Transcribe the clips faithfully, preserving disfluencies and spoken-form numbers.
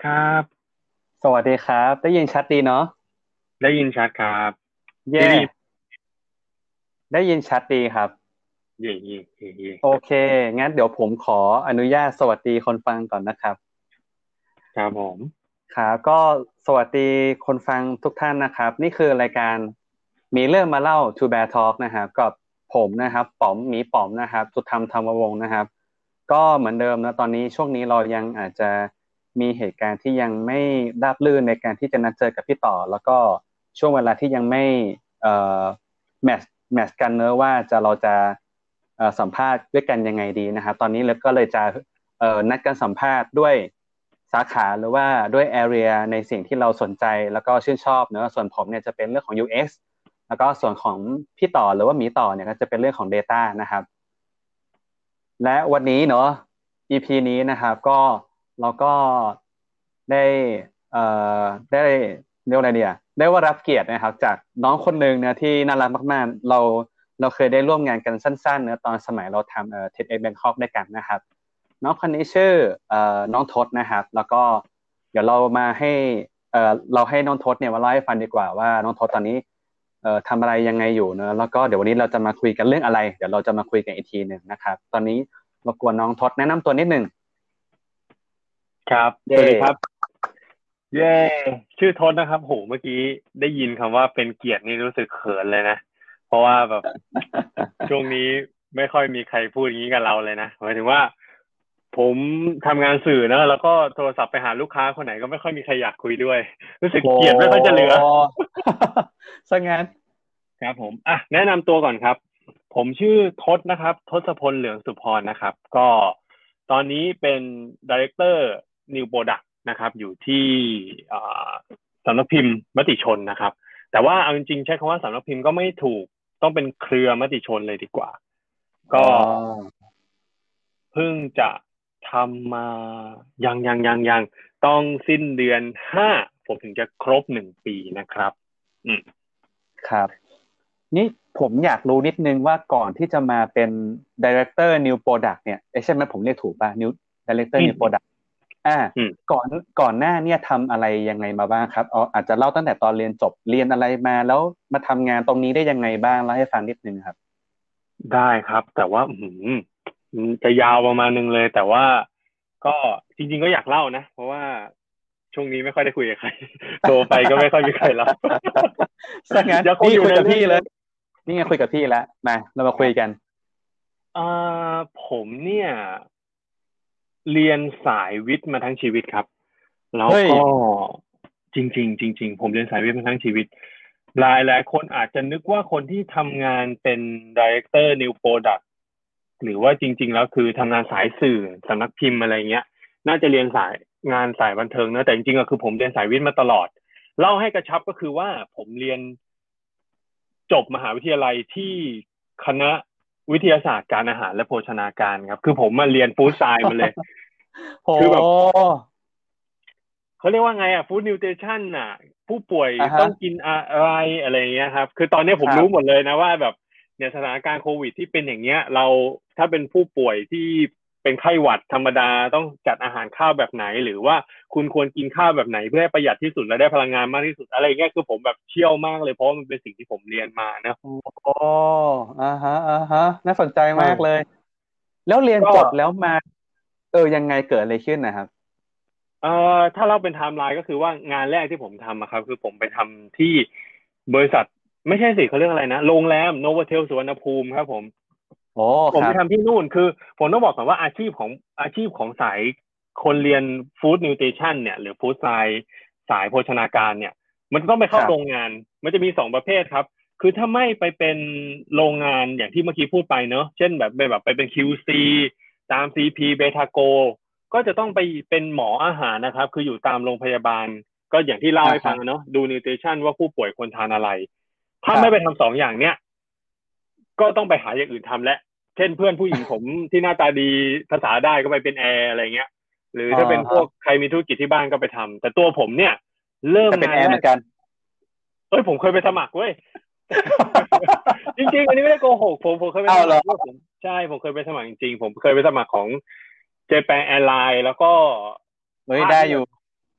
ครับสวัสดีครับได้ยินชัดดีเนาะได้ยินชัดครับเย่พี่ได้ยินได้ยินชัดดีครับเย่เย่เย่เย่โอเคงั้นเดี๋ยวผมขออนุญาตสวัสดีคนฟังก่อนนะครับครับผมครับก็สวัสดีคนฟังทุกท่านนะครับนี่คือรายการมีเรื่องมาเล่า To Bear Talk นะครับกับผมนะครับป๋อมหมีป๋อมนะครับสุดธรรมธรรมวงศ์นะครับก็เหมือนเดิมนะตอนนี้ช่วงนี้เรายังอาจจะมีเหตุการณ์ที่ยังไม่ราบรื่นในการที่จะนัดเจอกับพี่ต่อแล้วก็ช่วงเวลาที่ยังไม่เอ่อ แมทช์แมทช์กันเนอะว่าจะเราจะเอ่อสัมภาษณ์ด้วยกันยังไงดีนะครับตอนนี้เราก็เลยจะเอ่อนัดกันสัมภาษณ์ด้วยสาขาหรือว่าด้วย area ในสิ่งที่เราสนใจแล้วก็ชื่นชอบเนอะส่วนผมเนี่ยจะเป็นเรื่องของ ยู เอ็กซ์ แล้วก็ส่วนของพี่ต่อหรือว่าหมีต่อเนี่ยก็จะเป็นเรื่องของ Data นะครับและวันนี้เนอะ อี พี นี้นะครับก็เราก็ได้เอ่อได้เรียกว่าอะไรเดียได้ว่ารับเกียรตินะครับจากน้องคนหนึ่งเนะที่น่ารักมากๆเราเราเคยได้ร่วมงานกันสั้นๆเนะตอนสมัยเราทำเอ่อ TEDx Bangkok ด้วยกันนะครับน้องคนนี้ชื่อเอ่อน้องทศนะครับแล้วก็เดี๋ยวเรามาให้เอ่อเราให้น้องทศเนี่ยมาเล่าให้ฟังดีกว่าว่าน้องทศตอนนี้เอ่อทำอะไรยังไงอยู่เนอะแล้วก็เดี๋ยววันนี้เราจะมาคุยกันเรื่องอะไรเดี๋ยวเราจะมาคุยกันอีกทีหนึ่งนะครับตอนนี้รบกวนน้องทศแนะนำตัวนิดหนึ่งครับสเย่วัสดีครับเย่ชื่อทศนะครับโหเมื่อกี้ได้ยินคำว่าเป็นเกียรตินี่รู้สึกเขินเลยนะเพราะว่าแบบช่วงนี้ไม่ค่อยมีใครพูดอย่างนี้กับเราเลยนะหมายถึงว่าผมทำงานสื่อนะแล้วก็โทรศัพท์ไปหาลูกค้าคนไหนก็ไม่ค่อยมีใครอยากคุยด้วยรู้สึกโหเกียรติไม่ค่อยจะเหลือซะงั้นครับผมอ่ะแนะนำตัวก่อนครับผมชื่อทศนะครับทศพลเหลืองสุพรนะครับก็ตอนนี้เป็น Director New Product นะครับอยู่ที่อ่าสำนักพิมพ์มติชนนะครับแต่ว่าเอาจริงๆใช้คำว่าสำนักพิมพ์ก็ไม่ถูกต้องเป็นเครือมติชนเลยดีกว่าอ๋อก็เพิ่งจะทำมายังยังยังยังต้องสิ้นเดือนห้าผมถึงจะครบหนึ่งปีนะครับอืมครับนี่ผมอยากรู้นิดนึงว่าก่อนที่จะมาเป็น Director New Product เนี่ยเอ้ยใช่ไหมผมเรียกถูกป่ะ New Director อื New ม Product อ่าอืมก่อนก่อนหน้าเนี่ยทำอะไรยังไงมาบ้างครับเอาอาจจะเล่าตั้งแต่ตอนเรียนจบเรียนอะไรมาแล้วมาทำงานตรงนี้ได้ยังไงบ้างเล่าให้ฟังนิดนึงครับได้ครับแต่ว่าอืมจะยาวประมาณนึงเลยแต่ว่าก็จริงๆก็อยากเล่านะเพราะว่าช่วงนี้ไม่ค่อยได้คุยกับใครโทรไปก็ไม่ค่อยมีใครรับซะงั้นยังคงอยู่นี่คุยในเรื่องเดิมกับพี่เลยนี่ไงคุยกับพี่แล้วมาเรามาครับคุยกันอ่าผมเนี่ยเรียนสายวิทย์มาทั้งชีวิตครับแล้วเฮ้ยก็จริงๆจริงๆผมเรียนสายวิทย์มาทั้งชีวิตหลายหลายคนอาจจะนึกว่าคนที่ทำงานเป็น Director New Product หรือว่าจริงๆแล้วคือทำงานสายสื่อสำนักพิมพ์อะไรเงี้ยน่าจะเรียนสายงานสายบันเทิงนะแต่จริงๆก็คือผมเรียนสายวิทย์มาตลอดเล่าให้กระชับก็คือว่าผมเรียนจบมหาวิทยาลัยที่คณะวิทยาศาสตร์การอาหารและโภชนาการครับคือผมมาเรียนฟู้ดไซน์มาเลยโหคือแบบเขาเรียกว่าไงอ่ะฟู้ดนิวทริชั่นอ่ะผู้ป่วยอ่ะฮะต้องกินอะไรอะไรเงี้ยครับคือตอนนี้ผมรู้หมดครับเลยนะว่าแบบเนี่ยสถานการณ์โควิดที่เป็นอย่างเงี้ยเราถ้าเป็นผู้ป่วยที่เป็นไข้หวัดธรรมดาต้องจัดอาหารข้าวแบบไหนหรือว่าคุณควรกินข้าวแบบไหนเพื่อให้ประหยัดที่สุดและได้พลังงานมากที่สุดอะไรเงี้ยคือผมแบบเชี่ยวมากเลยเพราะว่ามันเป็นสิ่งที่ผมเรียนมานะโอ้อ่าฮะอ่าฮะน่าสนใจใช่มากเลยแล้วเรียนก็จบแล้วมาเออยังไงเกิดอะไรขึ้นนะครับเอ่อถ้าเราเป็นไทม์ไลน์ก็คือว่างานแรกที่ผมทำอะครับคือผมไปทำที่บริษัทไม่ใช่สิเขาเรียกอะไรนะโรงแรมโนโวเทลสุวรรณภูมิครับผมโอ้ครับผมไปทำที่นู่นคือผมต้องบอกก่อนว่าอาชีพของอาชีพของสายคนเรียนฟู้ดนิวทริชั่นเนี่ยหรือฟู้ดไซสายโภชนาการเนี่ยมันจะต้องไปคเข้ารับโรงงานมันจะมีสองประเภทครับคือถ้าไม่ไปเป็นโรงงานอย่างที่เมื่อกี้พูดไปเนอะเช่นแบบไปแบบไปเป็น คิว ซี ตาม ซี พี เบทาโก ก็จะต้องไปเป็นหมออาหารนะครับคืออยู่ตามโรงพยาบาลก็อย่างที่เล่าอ่าฮะให้ฟังเนาะดูนิวทริชั่นว่าผู้ป่วยควรทานอะไรคถ้ารับไม่ไปทำสองอย่างเนี้ยก็ต้องไปหาอย่างอื่นทำแล้วเช่นเพื่อนผู้หญิงผมที่หน้าตาดีภาษาได้ก็ไปเป็นแอร์อะไรเงี้ยหรืออ่าถ้าเป็นพฮะวกใครมีธุรกิจที่บ้านก็ไปทำแต่ตัวผมเนี่ยเริ่มจะเป็นงานแรกแอร์เหมือนกันเอ้ยผมเคยไปสมัครเว้ยจริงๆอันนี้ไม่ได้โกหกผมผมเคยไปเอาเหรอสมัครด้วยผมใช่ผมเคยไปสมัครจริงๆผมเคยไปสมัครของเจแปนแอร์ไลน์แล้วก็พเฮ้ยลาดที่แบบได้อยู่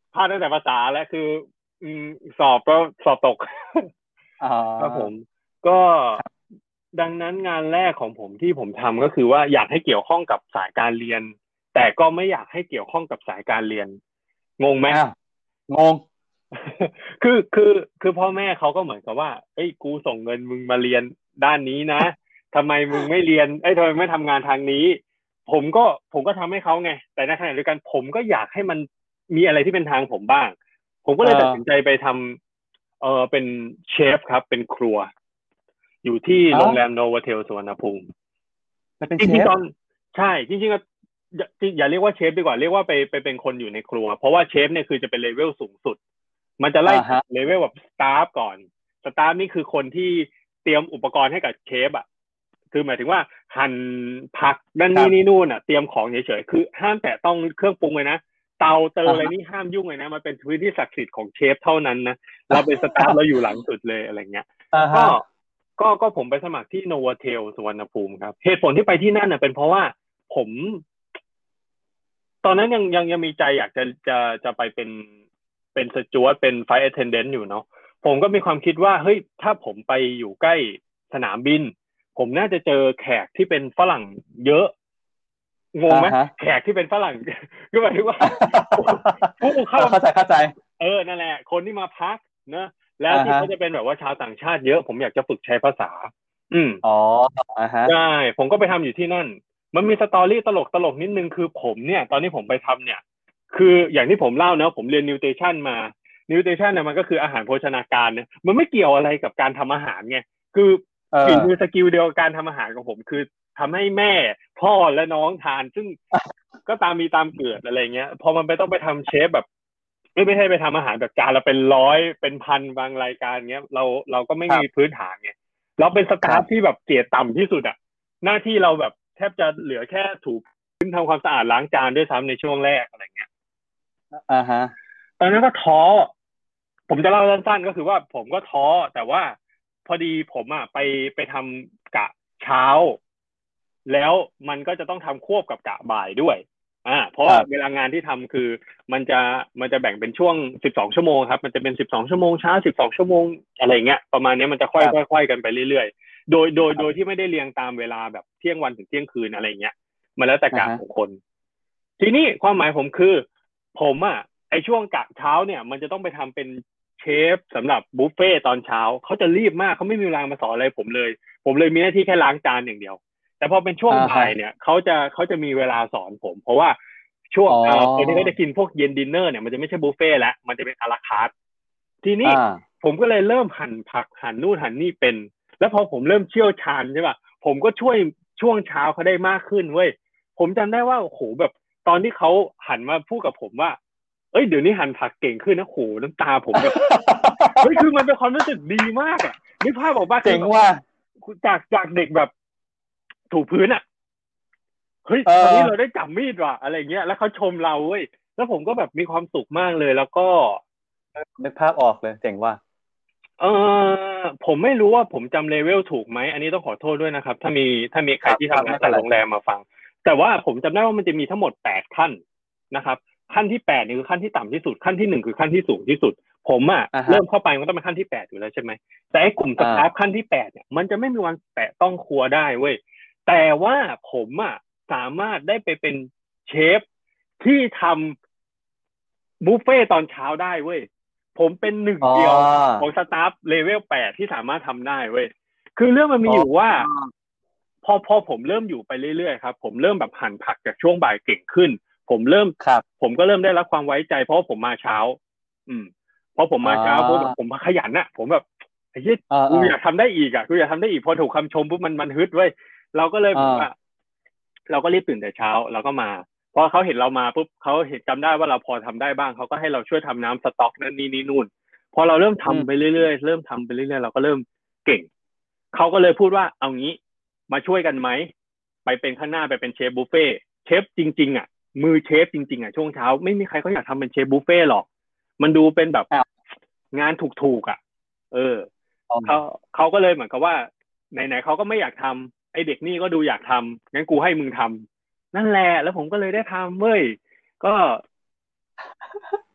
พลาดตั้งแต่ภาษาแล้วคืออืมสอบก็สอบตกอ๋อครับผมก็ดังนั้นงานแรกของผมที่ผมทำก็คือว่าอยากให้เกี่ยวข้องกับสายการเรียนแต่ก็ไม่อยากให้เกี่ยวข้องกับสายการเรียนงงไหมอ้าวงงคือคือคือพ่อแม่เขาก็เหมือนกับว่าเอ้ยกูส่งเงินมึงมาเรียนด้านนี้นะทำไมมึงไม่เรียนเอ้ยทำไมไม่ทำงานทางนี้ผมก็ผมก็ทำให้เขาไงแต่ในขณะเดียวกันผมก็อยากให้มันมีอะไรที่เป็นทางผมบ้างผมก็เอเลยตัดอสินใจไปทำเออเป็นเชฟครับเป็นครัวอยู่ที่อ๋อโรงแรมโนโวเทลสุวรรณภูมิจะเป็นเชฟจริงๆตอนใช่จริงๆก็อย่าอย่าเรียกว่าเชฟดีกว่าเรียกว่าไปไปเป็นคนอยู่ในครัวเพราะว่าเชฟเนี่ยคือจะเป็นเลเวลสูงสุด มันจะไล่อ่าฮะเลเวลแบบสตาฟก่อนสตาฟนี่คือคนที่เตรียมอุปกรณ์ให้กับเชฟอ่ะคือหมายถึงว่าหั่นผักนั่นนี่นี่ครับนู่นอ่ะเตรียมของเฉยๆคือห้ามแตะต้องเครื่องปรุงเลยนะเตาเตออ่าฮะอะไรนี่ห้ามยุ่งเลยนะมันเป็นพื้นที่ศักดิ์สิทธิ์ของเชฟเท่านั้นนะเราเป็นสตาฟเราอยู่หลังสุดเลยอะไรเงี้ยอ่าฮะก็ก็ก็ผมไปสมัครที่โนวาเทลสุวรรณภูมิครับเหตุผลที่ไปที่นั่นน่ะเป็นเพราะว่าผมตอนนั้นยังยังยังมีใจอยากจะจะจะไปเป็นเป็นสจ๊วตเป็นไฟท์แอทเทนเดนต์อยู่เนาะผมก็มีความคิดว่าเฮ้ยถ้าผมไปอยู่ใกล้สนามบินผมน่าจะเจอแขกที่เป็นฝรั่งเยอะงงไหมอ่าฮะแขกที่เป็นฝรั่งก็หมายถึงว่าผู้เข้าเข้าใจเข้าใจเออนั่นแหละคนที่มาพักเนอะแล้วอ่าฮะที่เขาจะเป็นแบบว่าชาวต่างชาติเยอะผมอยากจะฝึกใช้ภาษาอืมอ๋ออ่าฮะใช่ผมก็ไปทำอยู่ที่นั่นมันมีสตอรี่ตลกตลกนิดนึงคือผมเนี่ยตอนที่ผมไปทำเนี่ยคืออย่างที่ผมเล่าเนอะผมเรียนนิวเทชันมานิวเทชันเนี่ยมันก็คืออาหารโภชนาการเนี่ยมันไม่เกี่ยวอะไรกับการทำอาหารไงคือเอฝีมืออสกิลเดียวกับการทำอาหารของผมคือทำให้แม่พ่อและน้องทานซึ่งก็ตามมีตามเกิดอะไรเงี้ยพอมันไปต้องไปทำเชฟแบบไม่ไม่ใช่ไปทำอาหารแบบจานละเป็นร้อยเป็นพันบางรายการเงี้ยเราเราก็ไม่ครับมีพื้นฐานไงเราเป็นสคตารับฟที่แบบเกรดต่ำที่สุดอะ หน้าที่เราแบบแทบจะเหลือแค่ถูพื้นทำความสะอาดล้างจานด้วยซ้ำในช่วงแรกอะไรเงี้ยอ่าฮะตอนนั้นก็ท้อผมจะเล่าสั้นๆก็คือว่าผมก็ท้อแต่ว่าพอดีผมอ่ะไปไปทำกะเช้าแล้วมันก็จะต้องทำควบกับกะบ่ายด้วยอ่าเพราะว่าเวครับลางานที่ทำคือมันจะมันจะแบ่งเป็นช่วงสิบสองชั่วโมงครับมันจะเป็นสิบสองชั่วโมงเช้าสิบสองชั่วโมงอะไรเงี้ยประมาณนี้มันจะค่ครับอยๆค่อยๆกันไปเรื่อยๆโดยโดยโดยครับที่ไม่ได้เรียงตามเวลาแบบเที่ยงวันถึงเที่ยงคืนอะไรเงี้ยมันแล้วแต่อ่าฮะกะของคนทีนี้ความหมายผมคือผมอ่ะไอช่วงกะเช้าเนี่ยมันจะต้องไปทำเป็นเชฟสำหรับบุฟเฟ่ตอนเช้าเขาจะรีบมากเขาไม่มีเวลามาสอนอะไรผมเลยผมเลยมีหน้าที่แค่ล้างจานอย่างเดียว แต่พอเป็นช่วงอ่าฮะบ่ายเนี่ยเขาจะเขาจะมีเวลาสอนผม เพราะว่าช่วงอ๋อเอ่อคนที่เขาจะกินพวกเย็นดินเนอร์เนี่ยมันจะไม่ใช่บุฟเฟ่ต์แล้วมันจะเป็นอาราคาร์ททีนี้อ่าผมก็เลยเริ่มหั่นผักหั่นนู่นหั่นนี่เป็นแล้วพอผมเริ่มเชี่ยวชาญใช่ป่ะผมก็ช่วยช่วงเช้าเขาได้มากขึ้นเว้ยผมจำได้ว่าโอ้โหแบบตอนที่เขาหันมาพูดกับผมว่าเอ้ยเดี๋ยวนี้หั่นผักเก่งขึ้นนะโหน้ำตาผมแบบเฮ้ยคือมันเป็นความรู้สึกดีมากอ่ะนึกภาพออกป่ะคือแบบเจ๋งว่าจากจากเด็กแบบถูพื้นอ่ะ เฮ้ยเอตอนนี้อเราได้จับมีดว่ะอะไรเงี้ยแล้วเขาชมเราเว้ยแล้วผมก็แบบมีความสุขมากเลยแล้วก็นึกภาพออกเลยเจ๋งว่าเออผมไม่รู้ว่าผมจำเลเวลถูกไหมอันนี้ต้องขอโทษด้วยนะครับถ้ามีถ้ามีใคครับรที่ครับไม่เป็นไรทำงานจากโรงแรมมาฟังแต่ว่าผมจำได้ว่ามันจะมีทั้งหมดแปดขั้นนะครับขั้นที่แปดนี่คือขั้นที่ต่ำที่สุดขั้นที่หนึ่งคือขั้นที่สูงที่สุดผมอ่ะอ่าฮะเริ่มเข้าไปมันต้องเป็นขั้นที่แปดอยู่แล้วใช่ไหมแต่ไอ้กลุ่มสตาฟอ่าขั้นที่แปดเนี่ยมันจะไม่มีวันแตะต้องครัวได้เว้ยแต่ว่าผมอ่ะสามารถได้ไปเป็นเชฟที่ทำบุฟเฟ่ตอนเช้าได้เว้ยผมเป็นหนึ่งอ๋อเดียวของสตาฟเลเวลแปดที่สามารถทำได้เว้ยคือเรื่องมันมีอ๋ออยู่ว่าพอพอผมเริ่มอยู่ไปเรื่อยๆครับผมเริ่มแบบหั่นผักจากช่วงบ่ายเก่งขึ้นผมเริ่มครับผมก็เริ่มได้รับความไว้ใจเพราะว่าผมมาเช้าอืมพอผมอ๋อมาเช้าปุ๊บแบบผมขยันอะผมแบบไอ้เหี้ยเออเออกูอยากทำได้อีกอะกูอยากทำได้อีกพอถูกคำชมปุ๊บมันมันฮึดเว้ยเราก็เลยเอแบบว่าอเราก็รีบตื่นแต่เช้าเราก็มาพอเขาเห็นเรามาปุ๊บเขาเห็นจำได้ว่าเราพอทำได้บ้างเขาก็ให้เราช่วยทำน้ำสต๊อกนั่นนี่นี่นู่นพอเราเริ่มอืมทำไปเรื่อยๆเริ่มทำไปเรื่อยๆเราก็เริ่มเก่งเขาก็เลยพูดว่าเอางี้มาช่วยกันไหมไปเป็นข้างหน้าไปเป็นเชฟบุฟเฟ่เชฟจริงๆอ่ะมือเชฟจริงๆอ่ะช่วงเช้าไม่มีใครเขาอยากทำเป็นเชฟบุฟเฟ่หรอกมันดูเป็นแบบอ้าวงานถูกๆอ่ะเอออ๋อเขาเขาก็เลยเหมือนกับว่าไหนๆเขาก็ไม่อยากทำไอเด็กนี่ก็ดูอยากทำงั้นกูให้มึงทำนั่นแหละแล้วผมก็เลยได้ทำเว้ยก็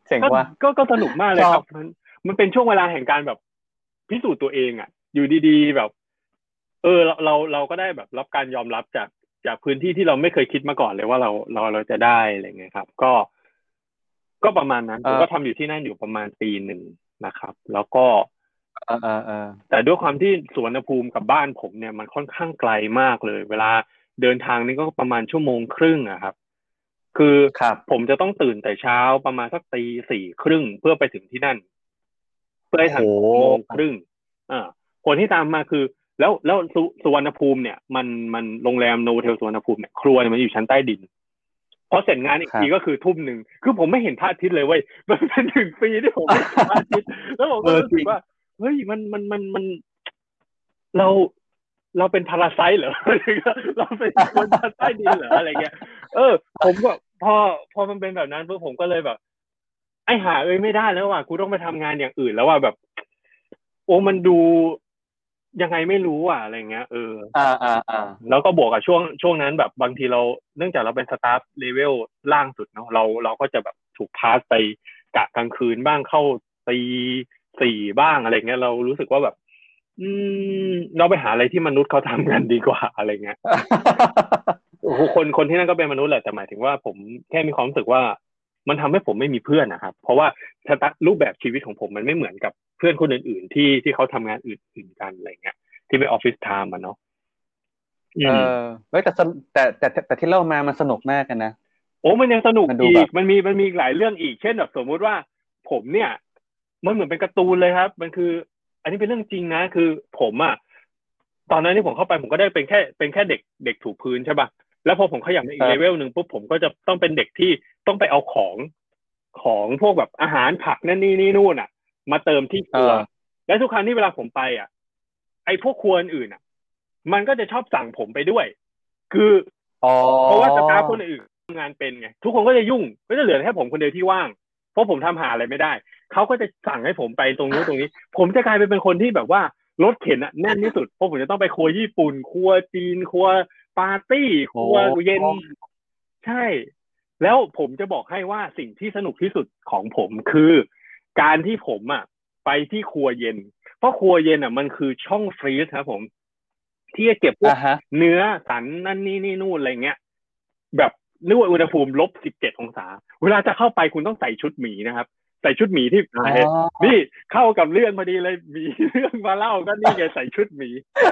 เจ๋งก็ว่ะก็ก็สนุกมากเลยชอบครับมันมันเป็นช่วงเวลาแห่งการแบบพิสูจน์ตัวเองอ่ะอยู่ดีๆแบบเออเราเราเราก็ได้แบบรับการยอมรับจากจากพื้นที่ที่เราไม่เคยคิดมาก่อนเลยว่าเราเราเราจะได้อะไรเงี้ยครับก็ก็ประมาณนั้นเอผมก็อทำอยู่ที่นั่นอยู่ประมาณปีหนึ่งนะครับแล้วก็เออเออเออแต่ด้วยความที่สุวรรณภูมิกับบ้านผมเนี่ยมันค่อนข้างไกลมากเลยเวลาเดินทางนี่ก็ประมาณชั่วโมงครึ่งอะครับคือครับผมจะต้องตื่นแต่เช้าประมาณสักตีสี่ครึ่งเพื่อไปถึงที่นั่น เพื่อให้โหทันหกโมงครึ่งอ่าผลที่ตามมาคือแล้วแล้วสุสุวรรณภูมิเนี่ยมันมันโรงแรมโนเทลสุวรรณภูมิเนี่ยครัวเนี่ยมันอยู่ชั้นใต้ดินพอเสร็จงานอีกทีก็ครับคือทุ่มหนึ่งคือผมไม่เห็นพระอาทิตย์เลยเว้ยมันเป็นหนึ่งปีที่ผมไม่เห็นพระอาทิตย์แล้วผมเอก็อจริงรู้สึกว่าเฮ้ยมันมันมันมันเราเราเป็นพาราไซต์เหรอเราเป็นคนชั้นใต้ดินเหรออะไรเงี้ยเออผมก็พอพอมันเป็นแบบนั้นปุ๊บผมก็เลยแบบไอ้หาเอ้ยไม่ได้แล้วว่ะกูต้องไปทำงานอย่างอื่นแล้วว่ะแบบ โอ้มันดูยังไงไม่รู้อ่ะอะไรเงี้ยเอออ่าอ่าอ่าแล้วก็บวกกับช่วงช่วงนั้นแบบบางทีเราเนื่องจากเราเป็นสตาฟเลเวลล่างสุดเนาะเราเราก็จะแบบถูกพาสไปกะกลางคืนบ้างเข้าตีสี่บ้างอะไรเงี้ยเรารู้สึกว่าแบบอืมเราไปหาอะไรที่มนุษย์เขาทำกันดีกว่าอะไรเงี้ย โอ้โหคนคนที่นั่นก็เป็นมนุษย์แหละแต่หมายถึงว่าผมแค่มีความรู้สึกว่ามันทำให้ผมไม่มีเพื่อนนะครับเพราะว่าสไตล์รูปแบบชีวิตของผมมันไม่เหมือนกับเพื่อนคนอื่นๆที่ที่เขาทำงานอื่นๆกันอะไรเงี้ยที่เป็นออฟฟิศไทม์อะเนาะอืเออมเฮ้ยแต่สนแต่แต่แต่แต่ที่เล่ามามันสนุกมากกันนะโอ้มันยังสนุกมันดูแบบอีกมันมีมันมีอีกหลายเรื่องอีกเช่นแบบสมมุติว่าผมเนี่ยมันเหมือนเป็นการ์ตูนเลยครับมันคืออันนี้เป็นเรื่องจริงนะคือผมอะตอนนั้นที่ผมเข้าไปผมก็ได้เป็นแค่เป็นแค่เด็กเด็กถูพื้นใช่ป่ะแล้วพอผมขยับมาอีกเลเวลเออหนึ่งปุ๊บผมก็จะต้องเป็นเด็กที่ต้องไปเอาของของพวกแบบอาหารผักนั่นนี่นี่นู่นอ่ะมาเติมที่คเอรัวอและทุกครั้งที่เวลาผมไปอ่ะไอ้พวกครัวอื่นอ่ะมันก็จะชอบสั่งผมไปด้วยคืออ๋อเพราะว่าสตาฟคนอื่นทำงานเป็นไงทุกคนก็จะยุ่งก็จะเหลือแค่ผมคนเดียวที่ว่างเพราะผมทำหาอะไรไม่ได้เขาก็จะสั่งให้ผมไปตรงนู้นตรงนี้ผมจะกลายไปเป็นคนที่แบบว่ารถเข็นอะแน่นที่สุดเพราะผมจะต้องไปครัวญี่ปุ่นครัวจีนครัวปาร์ตี้คโอ้รัวเย็นใช่แล้วผมจะบอกให้ว่าสิ่งที่สนุกที่สุดของผมคือการที่ผมอ่ะไปที่ครัวเย็นเพราะครัวเย็นอ่ะมันคือช่องฟรีซครับผมที่จะเก็บพวกอ่าฮะเนื้อสันนั่นนี่นี่นู่นอะไรเงี้ยแบบนึกว่าอุณหภูมิลบสิบเจ็ดองศาเวลาจะเข้าไปคุณต้องใส่ชุดหมีนะครับใส่ชุดหมีที่อ่าอ๋อเห็นนี่เข้ากับเรื่องพอดีเลยมีเรื่องมาเล่าก็นี่ไงใส่ชุดหมี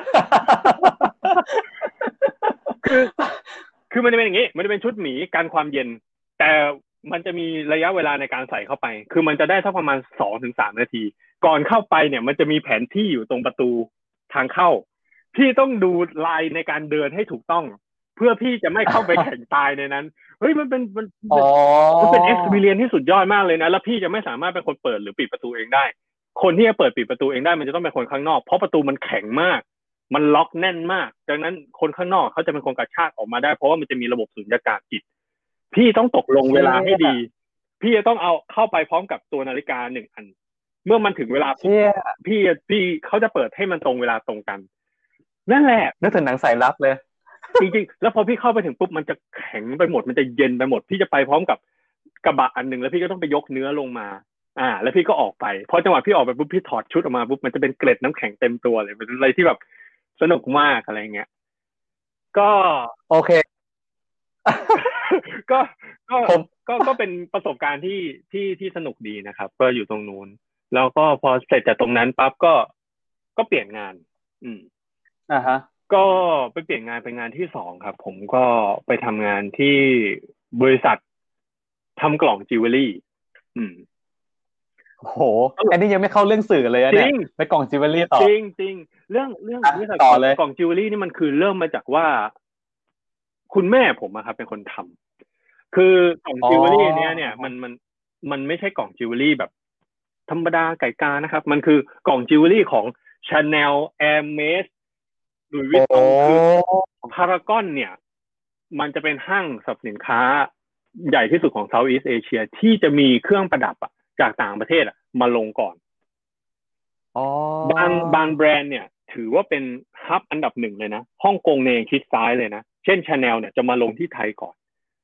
คือคือมันจะเป็นอย่างนี้มันจะเป็นชุดหมีกันความเย็นแต่มันจะมีระยะเวลาในการใส่เข้าไปคือมันจะได้สักประมาณสองถึงสามนาทีก่อนเข้าไปเนี่ยมันจะมีแผนที่อยู่ตรงประตูทางเข้าพี่ต้องดูลายในการเดินให้ถูกต้องเพื่อพี่จะไม่เข้าไปแข่งตายในนั้นเฮ้ยมันเป็นมันอ๋อมันเป็น experience ที่สุดยอดมากเลยนะแล้วพี่จะไม่สามารถเป็นคนเปิดหรือปิดประตูเองได้คนที่จะเปิดปิดประตูเองได้มันจะต้องเป็นคนข้างนอกเพราะประตูมันแข็งมาก มันล็อกแน่นมากดังนั้นคนข้างนอกเขาจะเป็นคนกระชากออกมาได้เพราะว่ามันจะมีระบบสุญญากาศปิดพี่ต้องตกลงเวเชี่ลาให้ยดีพี่จะต้องเอาเข้าไปพร้อมกับตัวนาฬิกาหนึ่งอันเมื่อมันถึงเวลาปุ๊บเชี่ยพี่พี่เขาจะเปิดให้มันตรงเวลาตรงกันนั่นแหละนึกถึงหนังสายลับเลยจริงๆแล้วพอพี่เข้าไปถึงปุ๊บมันจะแข็งไปหมดมันจะเย็นไปหมดพี่จะไปพร้อมกับกระบะอันหนึ่งแล้วพี่ก็ต้องไปยกเนื้อลงมาอ่าแล้วพี่ก็ออกไปพอจังหวะพี่ออกไปปุ๊บพี่ถอดชุดออกมาปุ๊บมันจะเป็นเกล็ดน้ำแข็งเต็มตัวเลยมันเป็นอะไรที่แบบสนุกมากอะไรเงี้ย ก็โอเคก็ก็ผมก็ก็เป็นประสบการณ์ที่ที่ที่สนุกดีนะครับก็อยู่ตรงนู้นแล้วก็พอเสร็จจากตรงนั้นปั๊บก็ก็เปลี่ยนงานอืมอ่าฮะก็ไปเปลี่ยนงานเป็นงานที่สองครับผมก็ไปทำงานที่บริษัททำกล่องจิวเวลรี่อืมโอ้โหอันนี้ยังไม่เข้าเรื่องสื่อเลยอะเนี่ยจริงไปกล่องจิวเวลรี่ต่อจริงจริงเรื่องเรื่องอ่ะบริษัทต่อเลยกล่องจิวเวลรี่นี่มันคือเริ่มมาจากว่าคุณแม่ผมอะครับเป็นคนทำ คือกล่องอ๋อจิวเวลรี่เนี้ยเนี่ยมันมันมันไม่ใช่กล่องจิวเวลรี่แบบธรรมดาไก่กานะครับมันคือกล่องจิวเวลรี่ของ Chanel Hermes หรือวิโอ้ตตองคือพารากอนเนี่ยมันจะเป็นห้างสรรพสินค้าใหญ่ที่สุดของ Southeast Asia ที่จะมีเครื่องประดับอะจากต่างประเทศอะมาลงก่อนอ๋อบางบางแบรนด์เนี่ยถือว่าเป็นฮับอันดับหนึ่งเลยนะฮ่องกงเนี่ยยังคิดซ้ายเลยนะเช่น Chanel เนี่ยจะมาลงที่ไทยก่อน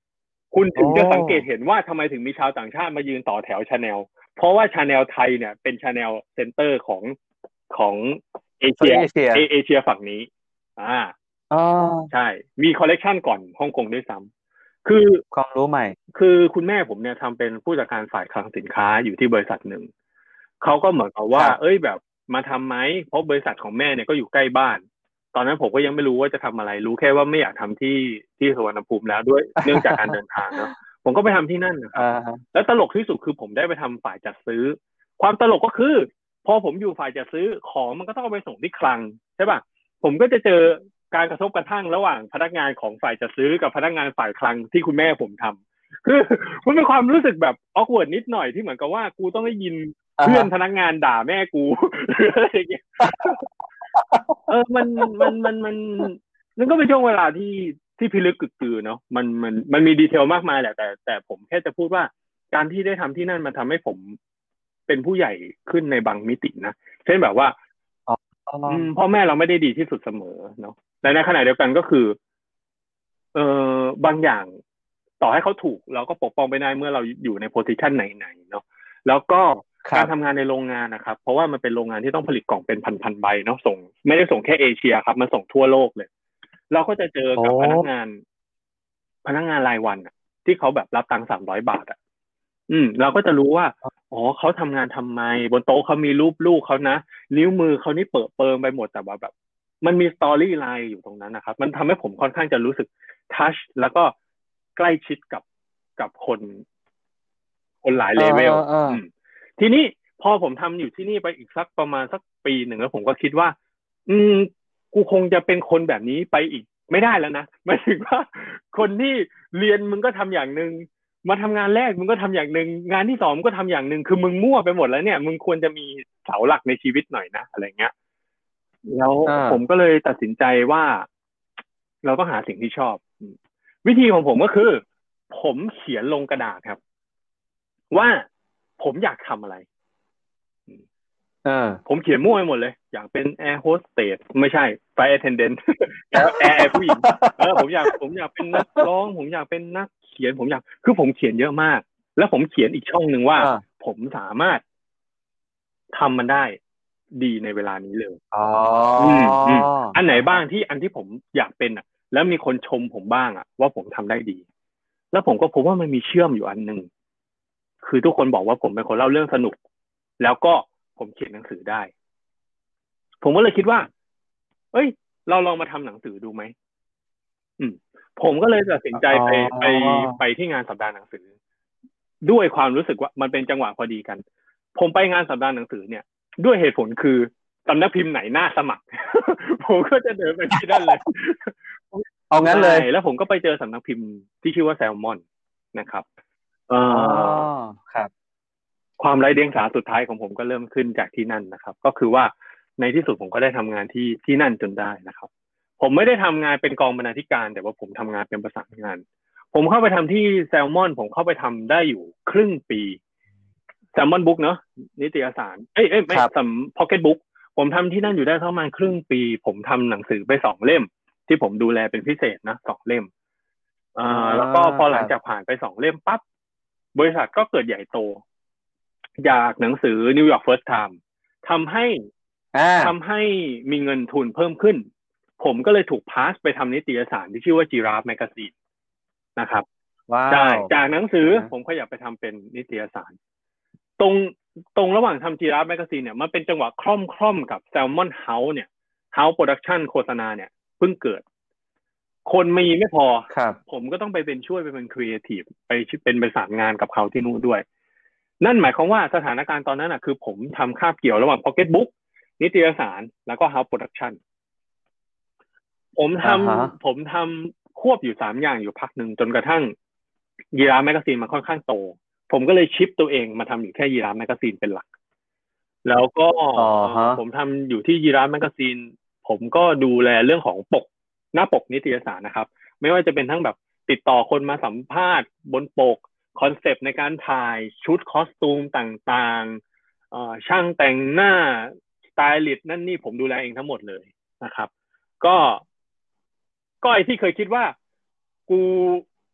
คุณโอ้ถึงจะสังเกตเห็นว่าทำไมถึงมีชาวต่างชาติมายืนต่อแถวชาแนลเพราะว่าชาแนลไทยเนี่ยเป็นชาแนลเซ็นเตอร์ของของเอโซนเชียเอเชียเอเอเชียฝั่งนี้อ่าอ๋อใช่มีคอลเลกชันก่อนฮ่องกงด้วยซ้ำคือความรู้ใหม่คือคุณแม่ผมเนี่ยทำเป็นผู้จัดการฝ่ายคลังสินค้าอยู่ที่บริษัทหนึ่งเขาก็เหมือนกับว่าครับเอ้ยแบบมาทำไหมเพราะบริษัทของแม่เนี่ยก็อยู่ใกล้บ้านตอนนั้นผมก็ยังไม่รู้ว่าจะทำอะไรรู้แค่ว่าไม่อยากทำที่ที่สุวรรณภูมิแล้วด้วยเนื่องจากการเดินทางเนาะผมก็ไปทำที่นั่นนะครัอ่าบฮะแล้วตลกที่สุดคือผมได้ไปทำฝ่ายจัดซื้อความตลกก็คือพอผมอยู่ฝ่ายจัดซื้อของมันก็ต้องเอาไปส่งที่คลังใช่ป่ะผมก็จะเจอการกระทบกระทั่งระหว่างพนักงานของฝ่ายจัดซื้อกับพนักงานฝ่ายคลังที่คุณแม่ผมทำคือมันเป็นความรู้สึกแบบออกเวิร์ดนิดหน่อยที่เหมือนกับว่ากูต้องได้ยินอ่าฮะเพื่อนพนักงานด่าแม่กูหรืออะไรอย่างเงี้ยเออมันมันมันมันนั่นก็เป็นช่วงเวลาที่ที่พิลึกกึกกือเนาะมันมันมันมีดีเทลมากมายแหละแต่แต่ผมแค่จะพูดว่าการที่ได้ทำที่นั่นมันทำให้ผมเป็นผู้ใหญ่ขึ้นในบางมิตินะเช่นแบบว่าอ๋ออืมพ่อแม่เราไม่ได้ดีที่สุดเสมอเนาะแต่ในขณะเดียวกันก็คือเออบางอย่างต่อให้เขาถูกเราก็ปกป้องไปได้เมื่อเราอยู่ในโพสิชันไหนๆเนาะแล้วก็ครับการทำงานในโรงงานนะครับเพราะว่ามันเป็นโรงงานที่ต้องผลิตกล่องเป็นพันๆใบเนาะส่งไม่ได้ส่งแค่เอเชียครับมันส่งทั่วโลกเลยเราก็จะเจอโอ้กับพนักงานพนักงานรายวันอะที่เขาแบบรับตังค์สามร้อยบาทอ่ะอืมเราก็จะรู้ว่าอ๋อเขาทำงานทำไมบนโต๊ะเขามีรูปลูกเขานะนิ้วมือเขานี่เปิดเปิงไปหมดแต่ว่าแบบมันมีสตอรี่ไลน์อยู่ตรงนั้นนะครับมันทำให้ผมค่อนข้างจะรู้สึกทัชแล้วก็ใกล้ชิดกับกับคนคนหลายเออเลเวลเออเอออืมทีนี้พอผมทำอยู่ที่นี่ไปอีกสักประมาณสักปีหนึ่งแล้วผมก็คิดว่า อืมกูคงจะเป็นคนแบบนี้ไปอีกไม่ได้แล้วนะหมายถึงว่าคนที่เรียนมึงก็ทำอย่างหนึ่งมาทำงานแรกมึงก็ทำอย่างหนึ่งงานที่สองมึงก็ทำอย่างหนึ่งคือมึงมั่วไปหมดแล้วเนี่ยมึงควรจะมีเสาหลักในชีวิตหน่อยนะอะไรเงี้ยแล้วอ่ผมาก็เลยตัดสินใจว่าเราต้องหาสิ่งที่ชอบอืมวิธีของผมก็คือผมเขียนลงกระดาษครับว่าผมอยากทำอะไรเออผมเขียนมั่วไปหมดเลยอยากเป็นแอร์โฮสเตสไม่ใช่ไฟแอร์เทนเดนต์แอร์แอร์ผู้หญิงเออผมอยากผมอยากเป็นนักร้องผมอยากเป็นนักเขียนผมอยากคือผมเขียนเยอะมากแล้วผมเขียนอีกช่องหนึ่งว่าอ่าผมสามารถทำมันได้ดีในเวลานี้เลยอ๋ออืมอืมอันไหนอ่าฮะบ้างที่อันที่ผมอยากเป็นอ่ะแล้วมีคนชมผมบ้างอ่ะว่าผมทำได้ดีแล้วผมก็พบว่ามันมีเชื่อมอยู่อันหนึ่งคือทุกคนบอกว่าผมเป็นคนเล่าเรื่องสนุกแล้วก็ผมเขียนหนังสือได้ ผมก็เลยคิดว่าเอ้ยเราลองมาทำหนังสือดูไหมอืมผมก็เลยตัดสินใจอ๋ไปไปอไปที่งานสัปดาห์หนังสือด้วยความรู้สึกว่ามันเป็นจังหวะพอดีกัน ผมไปงานสัปดาห์หนังสือเนี่ยด้วยเหตุผลคือสำนักพิมพ์ไหนน่าสมัคร ผมก็จะเดินไปที่นั่นเลยเอางั้นเลใช่ยแล้วผมก็ไปเจอสำนักพิมพ์ที่ชื่อว่าแซลมอนนะครับเอ่อ๋ออครับความไร้เดียงสาสุดท้ายของผมก็เริ่มขึ้นจากที่นั่นนะครับก็คือว่าในที่สุดผมก็ได้ทำงานที่ที่นั่นจนได้นะครับผมไม่ได้ทำงานเป็นกองบรรณาธิการแต่ว่าผมทำงานเป็นประสานงานผมเข้าไปทำที่แซลมอนผมเข้าไปทำได้อยู่ครึ่งปีแซลมอนบุ๊กเนาะนิตยสารเอ้ยเอ้ยคไม่รับสัมพ็อกเก็ตบุ๊กผมทำที่นั่นอยู่ได้ประมาณครึ่งปีผมทำหนังสือไปสองเล่มที่ผมดูแลเป็นพิเศษนะสองเล่มอ่อ่าาแล้วก็พอหลังครับจากผ่านไปสองเล่มปั๊บบริษัทก็เกิดใหญ่โต จากหนังสือ New York First Time ทำให้อ่าทำให้มีเงินทุนเพิ่มขึ้น ผมก็เลยถูกพาสไปทำนิตยสารที่ชื่อว่า Giraffe Magazine นะครับว้าใช่วจากหนังสืออ่าฮะผมขยับไปทำเป็นนิตยสาร ตรงตรงระหว่างทำ Giraffe Magazine เนี่ยมันเป็นจังหวะคล่อมคล่อมกับ Salmon House เนี่ย House Production โฆษณาเนี่ยเพิ่งเกิด คนมีไม่พอครับผมก็ต้องไปเป็นช่วยไปเป็นครีเอทีฟไปเป็นประสานงานกับเขาที่นู่นด้วย นั่นหมายความว่าสถานการณ์ตอนนั้นอ่ะคือผมทำคาบเกี่ยวระหว่าง Pocket Book นิตยสารแล้วก็ House Production ผมทอ่าฮะำผมทำควบอยู่สามอย่างอยู่พักหนึ่งจนกระทั่งยีราฟแมกกาซีนมันค่อนข้างโตผมก็เลยชิปตัวเองมาทำอยู่แค่ยีราฟแมกกาซีนเป็นหลักแล้วก็อ๋อฮะผมทำอยู่ที่ยีราฟแมกกาซีนผมก็ดูแลเรื่องของปกหน้าปกนิตยสารนะครับไม่ว่าจะเป็นทั้งแบบติดต่อคนมาสัมภาษณ์บนปกคอนเซปต์ในการถ่ายชุดคอสตูมต่างๆเอ่อช่างแต่งหน้าสไตลิสต์นั่นนี่ผมดูแลเองทั้งหมดเลยนะครับก็ก็ไอที่เคยคิดว่ากู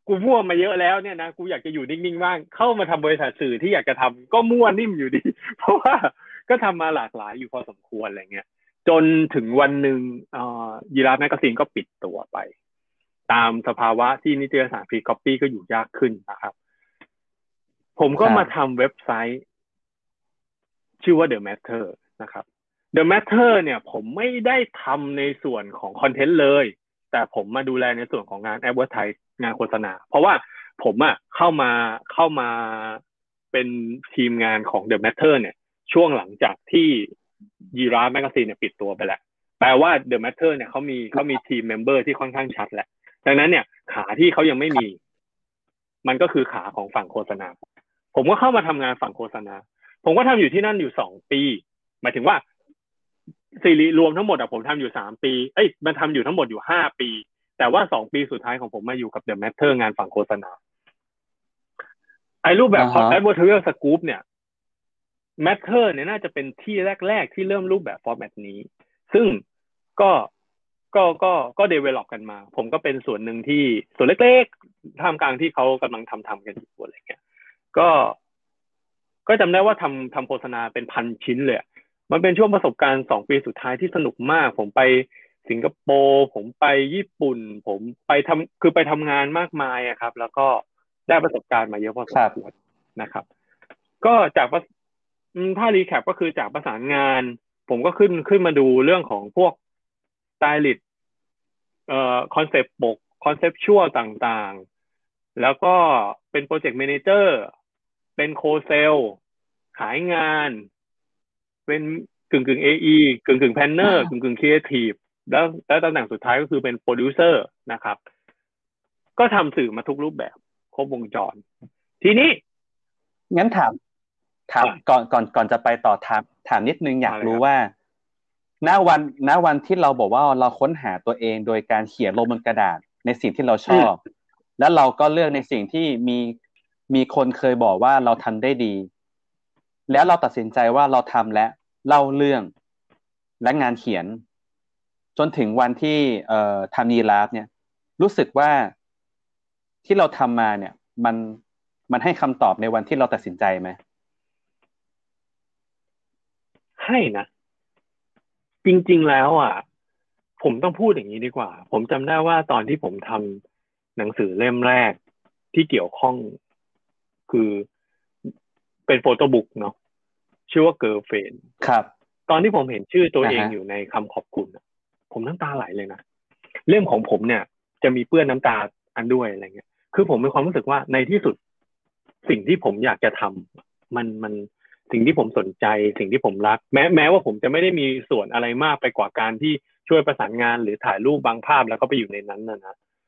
กูมั่วมาเยอะแล้วเนี่ยนะกูอยากจะอยู่นิ่งๆบ้างเข้ามาทำบริษัทสื่อที่อยากจะทำก็มั่วนิ่มอยู่ดี เพราะว่าก็ทำมาหลากหลายอยู่พอสมควรอะไรเงี้ยจนถึงวันหนึ่งเอ่อยีราฟแมกกาซีนก็ปิดตัวไปตามสภาวะที่นิตยสารฟรีคอปปี้ก็อยู่ยากขึ้นนะครับผมก็มาทำเว็บไซต์ชื่อว่า The Matter นะครับ The Matter เนี่ยผมไม่ได้ทำในส่วนของคอนเทนต์เลยแต่ผมมาดูแลในส่วนของงาน advertise งานโฆษณาเพราะว่าผมอ่ะเข้ามาเข้ามาเป็นทีมงานของ The Matter เนี่ยช่วงหลังจากที่ยีราฟแมกกาซีนเนี่ยปิดตัวไปแล้วแปลว่า The Matter เนี่ยเขามีเขามีทีมเมมเบอร์ที่ค่อนข้างชัดแหละดังนั้นเนี่ยขาที่เขายังไม่มีมันก็คือขาของฝั่งโฆษณาผมก็เข้ามาทำงานฝั่งโฆษณาผมก็ทำอยู่ที่นั่นอยู่สองปีหมายถึงว่าซีรีส์รวมทั้งหมดอะผมทำอยู่สามปีเอ้ยมันทำอยู่ทั้งหมดอยู่ห้าปีแต่ว่าสองปีสุดท้ายของผมมาอยู่กับ The Matter งานฝั่งโฆษณาไอ้รูปแบบ uh-huh. Advertorial Scoop เนี่ย Matter เนี่ยน่าจะเป็นที่แรกๆที่เริ่มรูปแบบฟอร์แมตนี้ซึ่งก็ก็ก็ก็ develop กันมาผมก็เป็นส่วนหนึ่งที่ส่วนเล็กๆท่ามกลางที่เขากำลังทำทำกันอยู่อะไรเงี้ยก็ก็จำได้ว่าทำทำโฆษณาเป็นพันชิ้นเลยมันเป็นช่วงประสบการณ์สองปีสุดท้ายที่สนุกมากผมไปสิงคโปร์ผมไปญี่ปุ่นผมไปทำคือไปทำงานมากมายอะครับแล้วก็ได้ประสบการณ์มาเยอะพอสมควรนะครับก็จากถ้ารีแคปก็คือจากประสานงานผมก็ขึ้นขึ้นมาดูเรื่องของพวกสไตลิสต์เอ่อคอนเซปต์ปกคอนเซปชวลต่างๆแล้วก็เป็นโปรเจกต์แมเนเจอร์เป็นโคเซลขายงานเป็นกึ่งกึ่ง เอ อี กึ่งกึ่งแพนเนอร์กึ่งกึ่งครีเอทีฟแล้วแล้วตำแหน่งสุดท้ายก็คือเป็นโปรดิวเซอร์นะครับก็ทำสื่อมาทุกรูปแบบครบวงจรทีนี้งั้นถามถามก่อนก่อนก่อนจะไปต่อถามถามนิดนึงอยากรู้ว่าณวันณวันที่เราบอกว่าเราค้นหาตัวเองโดยการเขียนลงบนกระดาษในสิ่งที่เราชอบแล้วเราก็เลือกในสิ่งที่มีมีคนเคยบอกว่าเราทำได้ดีแล้วเราตัดสินใจว่าเราทำและเล่าเรื่องและงานเขียนจนถึงวันที่เอ่อทำยีราฟเนี่ยรู้สึกว่าที่เราทำมาเนี่ยมันมันให้คำตอบในวันที่เราตัดสินใจไหมให้นะจริงๆแล้วอ่ะผมต้องพูดอย่างนี้ดีกว่าผมจำได้ว่าตอนที่ผมทำหนังสือเล่มแรกที่เกี่ยวข้องคือเป็นโฟโต้บุ๊กเนาะชื่อว่าเกิร์ลเฟรนด์ครับตอนที่ผมเห็นชื่อตัวเองอยู่ในคำขอบคุณผมน้ำตาไหลเลยนะเล่มของผมเนี่ยจะมีเปื้อนน้ำตาอันด้วยอะไรเงี้ยคือผมมีความรู้สึกว่าในที่สุดสิ่งที่ผมอยากจะทำมันมันสิ่งที่ผมสนใจสิ่งที่ผมรักแม้แม้ว่าผมจะไม่ได้มีส่วนอะไรมากไปกว่าการที่ช่วยประสานงานหรือถ่ายรูปบางภาพแล้วก็ไปอยู่ในนั้นนะ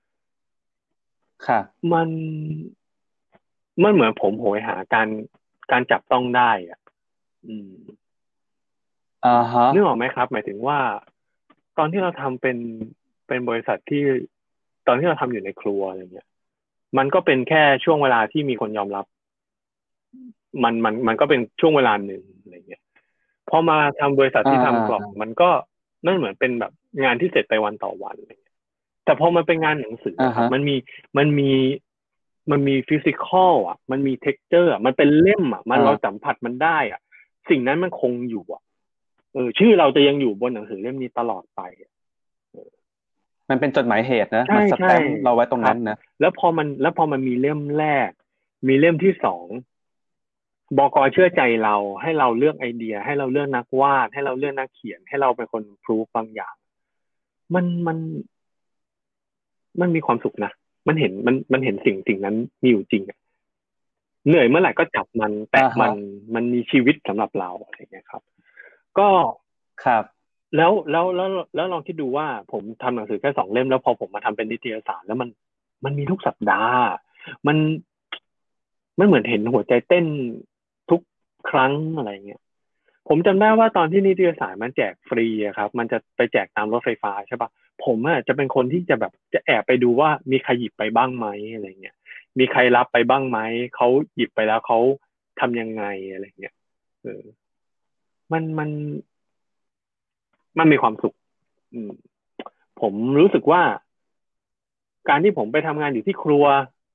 นะครับมันมันเหมือนผมโหยหาการการจับต้องได้อ่ะอืมอ่าฮะนึกออกไหมครับหมายถึงว่าตอนที่เราทำเป็นเป็นบริษัทที่ตอนที่เราทำอยู่ในครัวอะไรเงี้ยมันก็เป็นแค่ช่วงเวลาที่มีคนยอมรับมันมันมันก็เป็นช่วงเวลาหนึ่งอะไรเงี้ยพอมาทำบริษัทที่ทำกล่องมันก็นั่นเหมือนเป็นแบบงานที่เสร็จไปวันต่อวันอะไรเงี้ยแต่พอมันเป็นงานหนังสือครับมันมีมันมีมันมีฟิสิกอลอ่ะมันมีเท็กเจอร์อ่ะมันเป็นเล่มอ่ะมันเราสัมผัสมันได้อ่ะสิ่งนั้นมันคงอยู่อ่ะเออชื่อเราจะยังอยู่บนหนังสือเล่มนี้ตลอดไปมันเป็นจดหมายเหตุนะมันสแตมป์เราไว้ตรงนั้นนะแล้วพอมันแล้วพอมันมีเล่มแรกมีเล่มที่สองบก.เชื่อใจเราให้เราเลือกไอเดียให้เราเลือกนักวาดให้เราเลือกนักเขียนให้เราเป็นคนพรูฟบางอย่างมันมันมันมีความสุขนะมันเห็นมันมันเห็นสิ่งสิ่งนั้นมีอยู่จริงเหนื่อยเมื่อไหร่ก็จับมันแตะมันมันมีชีวิตสำหรับเราอะไรเงี้ยครับก็ครับแล้วแล้วแล้วแล้วลองคิดดูว่าผมทำหนังสือแค่สองเล่มแล้วพอผมมาทำเป็นนิตยสารแล้วมันมันมีทุกสัปดาห์มันมันเหมือนเห็นหัวใจเต้นทุกครั้งอะไรเงี้ยผมจำได้ว่าตอนที่นิตยสารมันแจกฟรีอะครับมันจะไปแจกตามรถไฟฟ้าใช่ปะผมอะจะเป็นคนที่จะแบบจะแอบไปดูว่ามีใครหยิบไปบ้างไหมอะไรเงี้ยมีใครรับไปบ้างไหมเขาหยิบไปแล้วเขาทำยังไงอะไรเงี้ยเออมันมันมันมีความสุขอืมผมรู้สึกว่าการที่ผมไปทำงานอยู่ที่ครัว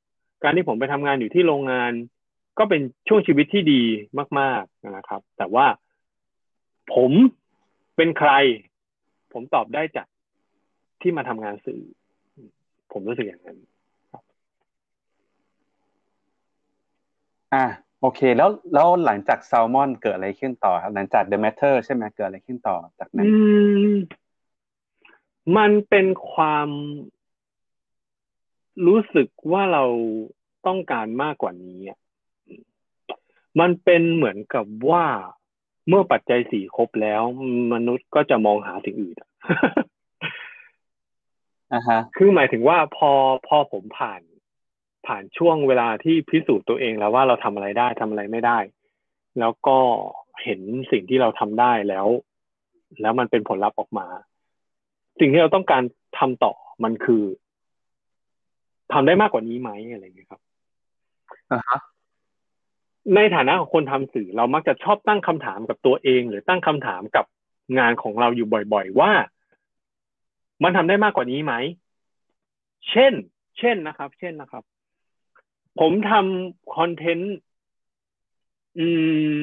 การที่ผมไปทำงานอยู่ที่โรงงานก็เป็นช่วงชีวิตที่ดีมากๆนะครับแต่ว่าผมเป็นใครผมตอบได้จากที่มาทำงานสื่อผมรู้สึกอย่างนั้นอ่ะโอเคแล้วแล้วหลังจากแซลมอนเกิดอะไรขึ้นต่อครับหลังจาก The Matter ใช่ไหมเกิดอะไรขึ้นต่อจากอืนั้นมมันเป็นความรู้สึกว่าเราต้องการมากกว่านี้อ่ะมันเป็นเหมือนกับว่าเมื่อปัจจัยสี่ครบแล้วมนุษย์ก็จะมองหาสิ่งอื่นอะอ่าฮะคือหมายถึงว่าพอพอผมผ่านผ่านช่วงเวลาที่พิสูจน์ตัวเองแล้วว่าเราทำอะไรได้ทำอะไรไม่ได้แล้วก็เห็นสิ่งที่เราทำได้แล้วแล้วมันเป็นผลลัพธ์ออกมาสิ่งที่เราต้องการทำต่อมันคือทำได้มากกว่านี้ไหมอะไรอย่างเงี้ยครับอ่าฮะในฐานะของคนทำสื่อเรามักจะชอบตั้งคำถามกับตัวเองหรือตั้งคำถามกับงานของเราอยู่บ่อยๆว่ามันทำได้มากกว่านี้ไหมเช่นเช่นนะครับเช่นนะครับ ผมทำคอนเทนต์อืม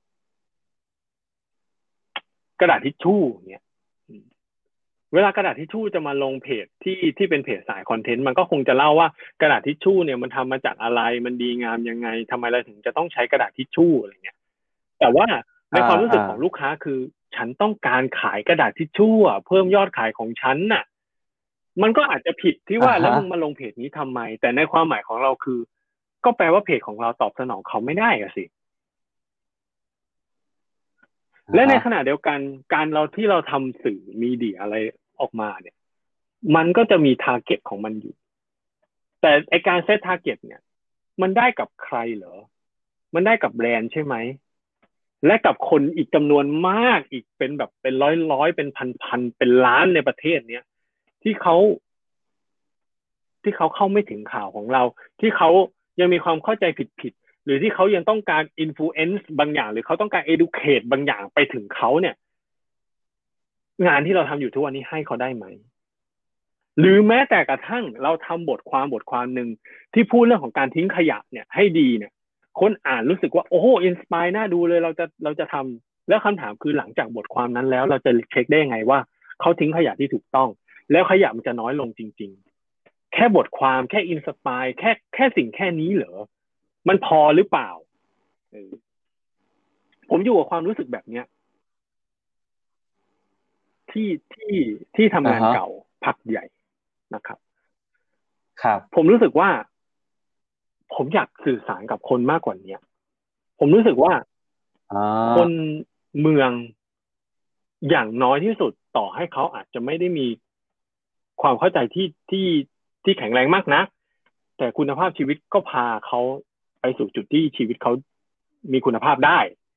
กระดาษทิชชู่เนี่ยเวลากระดาษทิชชู่จะมาลงเพจที่ที่เป็นเพจสายคอนเทนต์มันก็คงจะเล่าว่ากระดาษทิชชู่เนี่ยมันทำมาจากอะไรมันดีงามยังไงทำไมเราถึงจะต้องใช้กระดาษทิชชู่อะไรเงี้ยแต่ว่าในอ่าความรู้สึอ่ากของลูกค้าคือฉันต้องการขายกระดาษทิชชู่อะเพิ่มยอดขายของฉันน่ะมันก็อาจจะผิดที่อ่าฮะว่าแล้วมึงมาลงเพจนี้ทำไมแต่ในความหมายของเราคือก็แปลว่าเพจของเราตอบสนองเขาไม่ได้อะสิ และในอ่าฮะขณะเดียวกันการเราที่เราทำสื่อมีเดียอะไรออกมาเนี่ยมันก็จะมีทาร์เก็ตของมันอยู่แต่ไอการเซตทาร์เก็ตเนี่ยมันได้กับใครเหรอมันได้กับแบรนด์ใช่ไหมและกับคนอีกจำนวนมากอีกเป็นแบบเป็นร้อยร้อยเป็นพันพันเป็นล้านในประเทศเนี้ยที่เขาที่เขาเข้าไม่ถึงข่าวของเราที่เขายังมีความเข้าใจผิดๆหรือที่เขายังต้องการอิ f ฟ u เอนซ์บางอย่างหรือเขาต้องการ educate บางอย่างไปถึงเขาเนี่ยงานที่เราทำอยู่ทุกวันนี้ให้เขาได้ไหมหรือแม้แต่กระทั่งเราทำบทความบทความหนึ่งที่พูดเรื่องของการทิ้งขยะเนี่ยให้ดีเนี่ยคนอ่านรู้สึกว่าโอ้โหอินสปายน่าดูเลยเราจะเราจะทำแล้วคำถามคือหลังจากบทความนั้นแล้วเราจะเช็คได้ยังไงว่าเขาทิ้งขยะที่ถูกต้องแล้วขยะมันจะน้อยลงจริงๆแค่บทความแค่อินสปายแค่แค่สิ่งแค่นี้เหรอมันพอหรือเปล่าเออผมอยู่กับความรู้สึกแบบเนี้ยที่ที่ที่อ่าทำงานฮะเก่าพักใหญ่นะครับครับผมรู้สึกว่าผมอยากสื่อสารกับคนมากกว่านี้ผมรู้สึกว่าอ่คนาเมืองอย่างน้อยที่สุดต่อให้เขาอาจจะไม่ได้มีความเข้าใจที่ที่ที่แข็งแรงมากนะแต่คุณภาพชีวิตก็พาเขาไปสู่จุดที่ชีวิตเขามีคุณภาพได้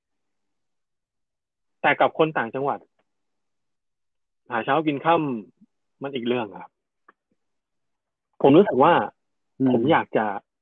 แต่กับคนต่างจังหวัดหาเช้ากินค่ำมันอีกเรื่องครับผมรู้สึกว่าอืมผมอยากจะ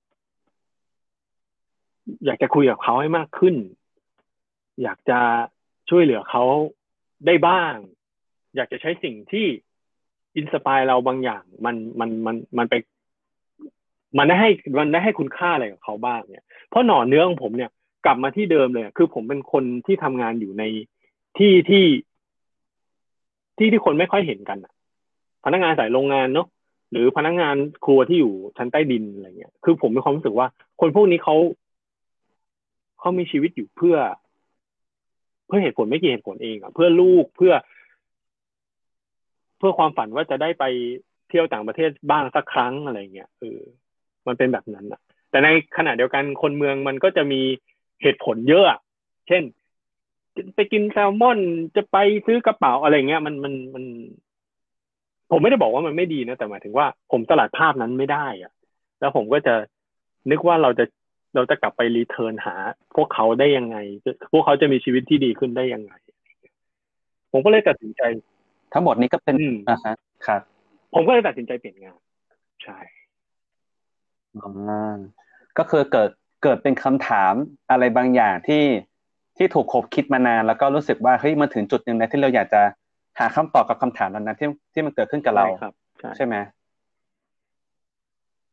อยากจะคุยกับเขาให้มากขึ้น อยากจะช่วยเหลือเขาได้บ้าง อยากจะใช้สิ่งที่อินสปายเราบางอย่างมันมันมันมันไปมันได้ให้มันได้ให้คุณค่าอะไรกับเขาบ้างเนี่ยเพราะหน่อเนื้อของผมเนี่ยกลับมาที่เดิมเลยคือผมเป็นคนที่ทำงานอยู่ในที่ที่ที่ที่คนไม่ค่อยเห็นกันอะพนักงานสายโรงงานเนาะหรือพนักงานครัวที่อยู่ชั้นใต้ดินอะไรเงี้ยคือผมมีความรู้สึกว่าคนพวกนี้เขาเขามีชีวิตอยู่เพื่อ เพื่อเหตุผลไม่กี่เหตุผลเองอ่ะเพื่อลูกเพื่อเพื่อความฝันว่าจะได้ไปเที่ยวต่างประเทศบ้างสักครั้งอะไรเงี้ยเออมันเป็นแบบนั้นอ่ะแต่ในขณะเดียวกันคนเมืองมันก็จะมีเหตุผลเยอะอะเช่นไปกินแซลมอนจะไปซื้อกระเป๋าอะไรเงี้ยมันมันมันผมไม่ได้บอกว่ามันไม่ดีนะแต่หมายถึงว่าผมสลัดภาพนั้นไม่ได้อ่ะแล้วผมก็จะนึกว่าเราจะเราจะกลับไปรีเทิร์นหาพวกเขาได้ยังไงพวกเขาจะมีชีวิตที่ดีขึ้นได้ยังไงผมก็เลยตัดสินใจทั้งหมดนี้ก็เป็นอืมอ่าฮะครับผมก็เลยตัดสินใจเปลี่ยนงานใช่อ่าก็คือเกิดเกิดเป็นคำถามอะไรบางอย่างที่ที่ถูกคบคิดมานานแล้วก็รู้สึกว่าเฮ้ยมาถึงจุดหนึ่งนะที่เราอยากจะหาคำตอบกับคำถามนั้นนะที่ที่มันเกิดขึ้นกับเราใช่ครับใช่ใช่ไหม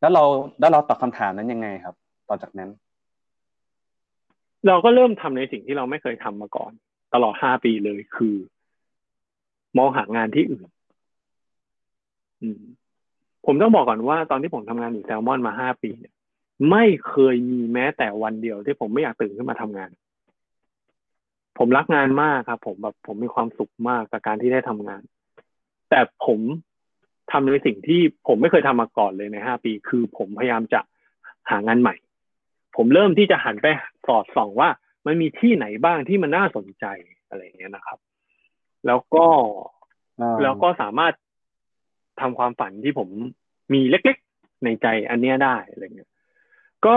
แล้วเราแล้วเราตอบคำถามนั้นยังไงครับต่อจากนั้นเราก็เริ่มทำในสิ่งที่เราไม่เคยทำมาก่อนตลอดห้าปีเลยคือมองหางานที่อื่นอืมผมต้องบอกก่อนว่าตอนที่ผมทำงานอยู่แซลมอนมาห้าปีเนี่ยไม่เคยมีแม้แต่วันเดียวที่ผมไม่อยากตื่นขึ้นมาทำงานผมรักงานมากครับผมแบบผมมีความสุขมากกับการที่ได้ทำงานแต่ผมทำในสิ่งที่ผมไม่เคยทำมาก่อนเลยในห้าปีคือผมพยายามจะหางานใหม่ผมเริ่มที่จะหันไปสอดส่องว่ามันมีที่ไหนบ้างที่มันน่าสนใจอะไรอย่างเงี้ยนะครับแล้วก็แล้วก็สามารถทำความฝันที่ผมมีเล็กๆในใจอันเนี้ยได้อะไรเงี้ยก็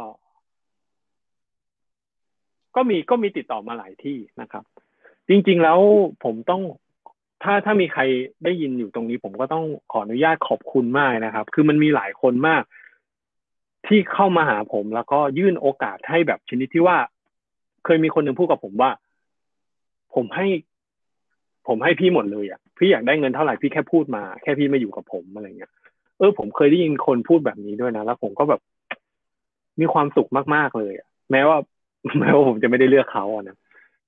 ก็มีก็มีติดต่อมาหลายที่นะครับจริงๆแล้วผมต้องถ้าถ้ามีใครได้ยินอยู่ตรงนี้ผมก็ต้องขออนุญาตขอบคุณมากนะครับคือมันมีหลายคนมากที่เข้ามาหาผมแล้วก็ยื่นโอกาสให้แบบชนิดที่ว่าเคยมีคนหนึ่งพูดกับผมว่าผมให้ผมให้พี่หมดเลยอ่ะพี่อยากได้เงินเท่าไหร่พี่แค่พูดมาแค่พี่มาอยู่กับผมอะไรเงี้ยเออผมเคยได้ยินคนพูดแบบนี้ด้วยนะแล้วผมก็แบบมีความสุขมากๆเลยอ่ะแม้ว่าแม้ว่าผมจะไม่ได้เลือกเขาอ่ะนะ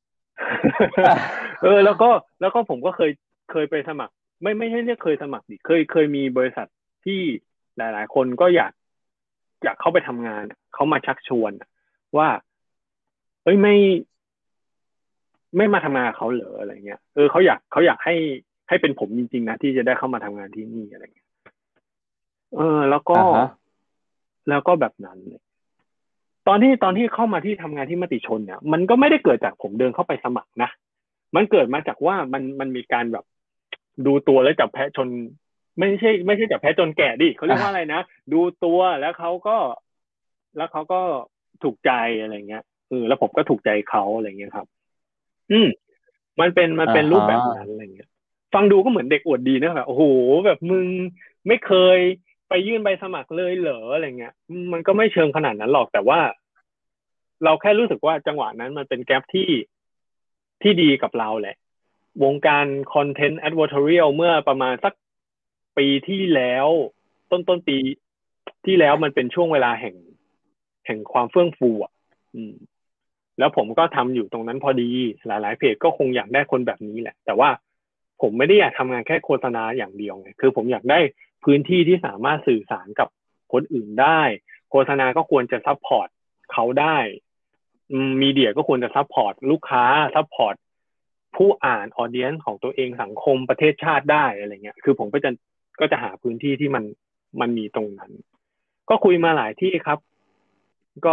เออแล้วก็แล้วก็ผมก็เคยเคยไปสมัครไม่ไม่ใช่เรียกเคยสมัครดิเคยเคยมีบริษัทที่หลายๆคนก็อยากอยากเข้าไปทำงานเขามาชักชวนว่าเอ้ยไม่ไม่มาทำงานกับเขาเหรออะไรเงี้ยเออเขาอยากเขาอยากให้ให้เป็นผมจริงๆนะที่จะได้เข้ามาทำงานที่นี่อะไรเงี้ยเออแล้วก็อ่าฮะแล้วก็แบบนั้นเลยตอนที่ตอนที่เข้ามาที่ทำงานที่มติชนเนี่ยมันก็ไม่ได้เกิดจากผมเดินเข้าไปสมัครนะมันเกิดมาจากว่ามันมันมีการแบบดูตัวแล้วจับแพะชนไม่ใช่ไม่ใช่จับแพะจนแก่ดิเขาเรียกว่าอะไรนะดูตัวแล้วเขาก็แล้วเขาก็ถูกใจอะไรเงี้ยเออแล้วผมก็ถูกใจเขาอะไรเงี้ยครับอืมมันเป็นมันอ่าเป็นรูฮะปแบบนั้นอะไรเงี้ยฟังดูก็เหมือนเด็กอวดดีนะแบบโอ้โหแบบมึงไม่เคยไปยื่นใบสมัครเลยเหรออะไรเงี้ยมันก็ไม่เชิงขนาดนั้นหรอกแต่ว่าเราแค่รู้สึกว่าจังหวะนั้นมันเป็นแกลบที่ที่ดีกับเราแหละวงการคอนเทนต์ advertorial เมื่อประมาณสักปีที่แล้วต้นต้นปีที่แล้วมันเป็นช่วงเวลาแห่งแห่งความเฟื่องฟูอ่ะอืม แล้วผมก็ทำอยู่ตรงนั้นพอดีหลายๆเพจก็คงอยากได้คนแบบนี้แหละแต่ว่าผมไม่ได้อยากทำงานแค่โฆษณาอย่างเดียวไงคือผมอยากได้พื้นที่ที่สามารถสื่อสารกับคนอื่นได้โฆษณาก็ควรจะซัพพอร์ตเขาได้มีเดียก็ควรจะซัพพอร์ตลูกค้าซัพพอร์ตผู้อ่านออเดียนของตัวเองสังคมประเทศชาติได้อะไรเงี้ยคือผมก็จะก็จะหาพื้นที่ที่มันมันมีตรงนั้นก็คุยมาหลายที่ครับก็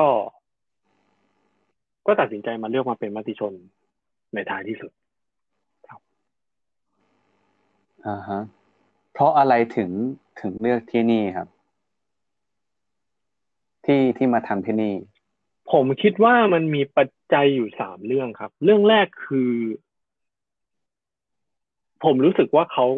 ก็ตัดสินใจมาเลือกมาเป็นมติชนในท้ายที่สุดครับอ่าฮะเพราะอะไรถึงถึงเลือกที่นี่ครับที่ที่มาทำที่นี่ผมคิดว่ามันมีปัจจัยอยู่สามเรื่องครับเรื่องแรกคือผมรู้สึกว่าเขา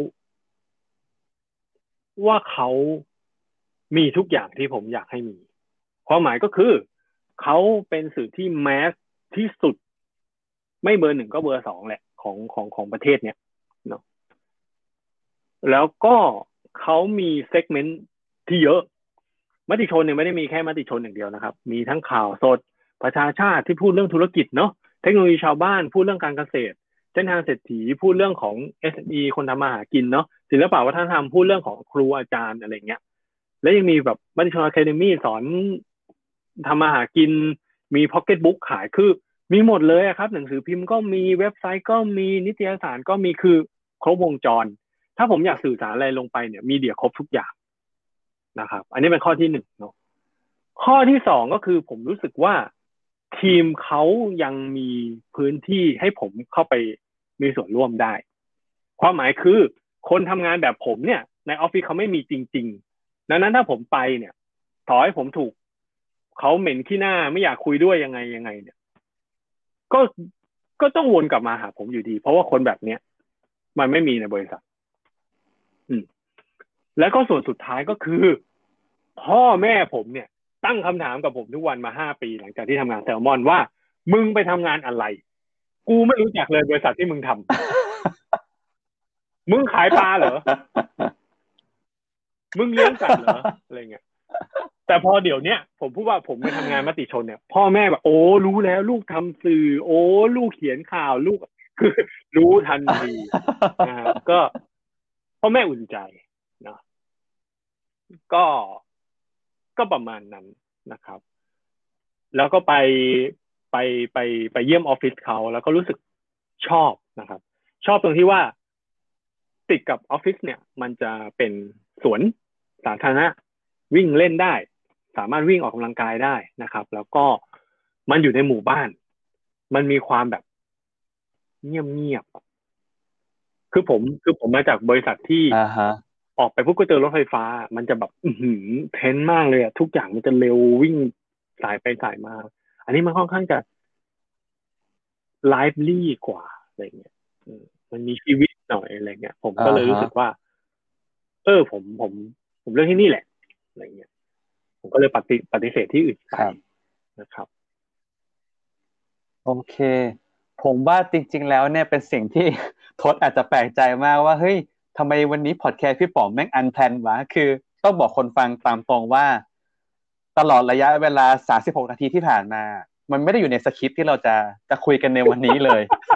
ว่าเขามีทุกอย่างที่ผมอยากให้มีความหมายก็คือเขาเป็นสื่อที่แมสที่สุดไม่เบอร์หนึ่งก็เบอร์สองแหละของของของประเทศเนี้ยเนาะแล้วก็เขามีเซกเมนต์ที่เยอะ มติชนเนี่ยไม่ได้มีแค่มติชนอย่างเดียวนะครับ มีทั้งข่าวสดประชาชาติที่พูดเรื่องธุรกิจเนาะเทคโนโลยีชาวบ้านพูดเรื่องการเกษตรเส้นทางเศรษฐีพูดเรื่องของ เอส เอ็ม อี คนทำมาหากินเนาะศิลปะวัฒนธรรมพูดเรื่องของครูอาจารย์อะไรเงี้ยแล้วยังมีแบบมติชนอะคาเดมี่สอนทำมาหากินมีพ็อกเก็ตบุ๊กขายคือมีหมดเลยครับหนังสือพิมพ์ก็มีเว็บไซต์ก็มีนิตยสารก็มีคือครบวงจรถ้าผมอยากสื่อสารอะไรลงไปเนี่ยมีเดียครบทุกอย่างนะครับอันนี้เป็นข้อที่หนึ่งเนาะ ข้อที่สองก็คือผมรู้สึกว่าทีมเขายังมีพื้นที่ให้ผมเข้าไปมีส่วนร่วมได้ความหมายคือคนทำงานแบบผมเนี่ยในออฟฟิศเขาไม่มีจริงๆดังนั้นถ้าผมไปเนี่ยต่อให้ผมถูกเขาเหม็นขี้หน้าไม่อยากคุยด้วยยังไงยังไงเนี่ยก็ก็ต้องวนกลับมาหาผมอยู่ดีเพราะว่าคนแบบเนี้ยมันไม่มีในบริษัทอืมแล้วก็ส่วนสุดท้ายก็คือพ่อแม่ผมเนี่ย ตั้งคำถามกับผมทุกวันมาห้าปีหลังจากที่ทำงานแซลมอนว่ามึงไปทำงานอะไรกูไม่รู้จักเลยบริษัทที่มึงทำมึงขายปลาเหรอมึงเลี้ยงสัตว์เหรออะไรเงี้ยแต่พอเดี๋ยวเนี้ยผมพูดว่าผมไปทำงานมติชนเนี่ยพ่อแม่แบบโอ้รู้แล้วลูกทำสื่อโอ้ลูกเขียนข่าวลูกคือรู้ทันทีนะครับก็พ่อแม่อุ่นใจเนาะก็ก็ประมาณนั้นนะครับ แล้วก็ไปไปไปไปเยี่ยมออฟฟิศเขาแล้วก็รู้สึกชอบนะครับชอบตรงที่ว่าติดกับออฟฟิศเนี่ยมันจะเป็นสวนสาธารณะวิ่งเล่นได้สามารถวิ่งออกกำลังกายได้นะครับแล้วก็มันอยู่ในหมู่บ้านมันมีความแบบเงียบๆคือผมคือผมมาจากบริษัทที่อ่าฮะออกไปปุ๊บก็เจอรถไฟฟ้ามันจะแบบอือหือเทรนมากเลยอะทุกอย่างมันจะเร็ววิ่งสายไปสายมาอันนี้มันค่อนข้างจะ ไลฟ์ลี่กว่าอะไรเงี้ยอืมมันมีชีวิตหน่อยอะไรเงี้ยผมอ่าก็เลยฮะรู้สึกว่าเออผมผมผมเลือกที่นี่แหละอะไรเงี้ยผมก็เลยปฏิปฏิเสธที่อื่นไปครับนะครับโอเคผมว่าจริงๆแล้วเนี่ยเป็นสิ่งที่ทศอาจจะแปลกใจมากว่าเฮ้ยทำไมวันนี้พอดแคสต์พี่ป๋อมแม่งอันแพลนวะคือต้องบอกคนฟังตามตรงว่าตลอดระยะเวลาสามสิบหกนาทีที่ผ่านมามันไม่ได้อยู่ในสคริปต์ที่เราจะจะคุยกันในวันนี้เลย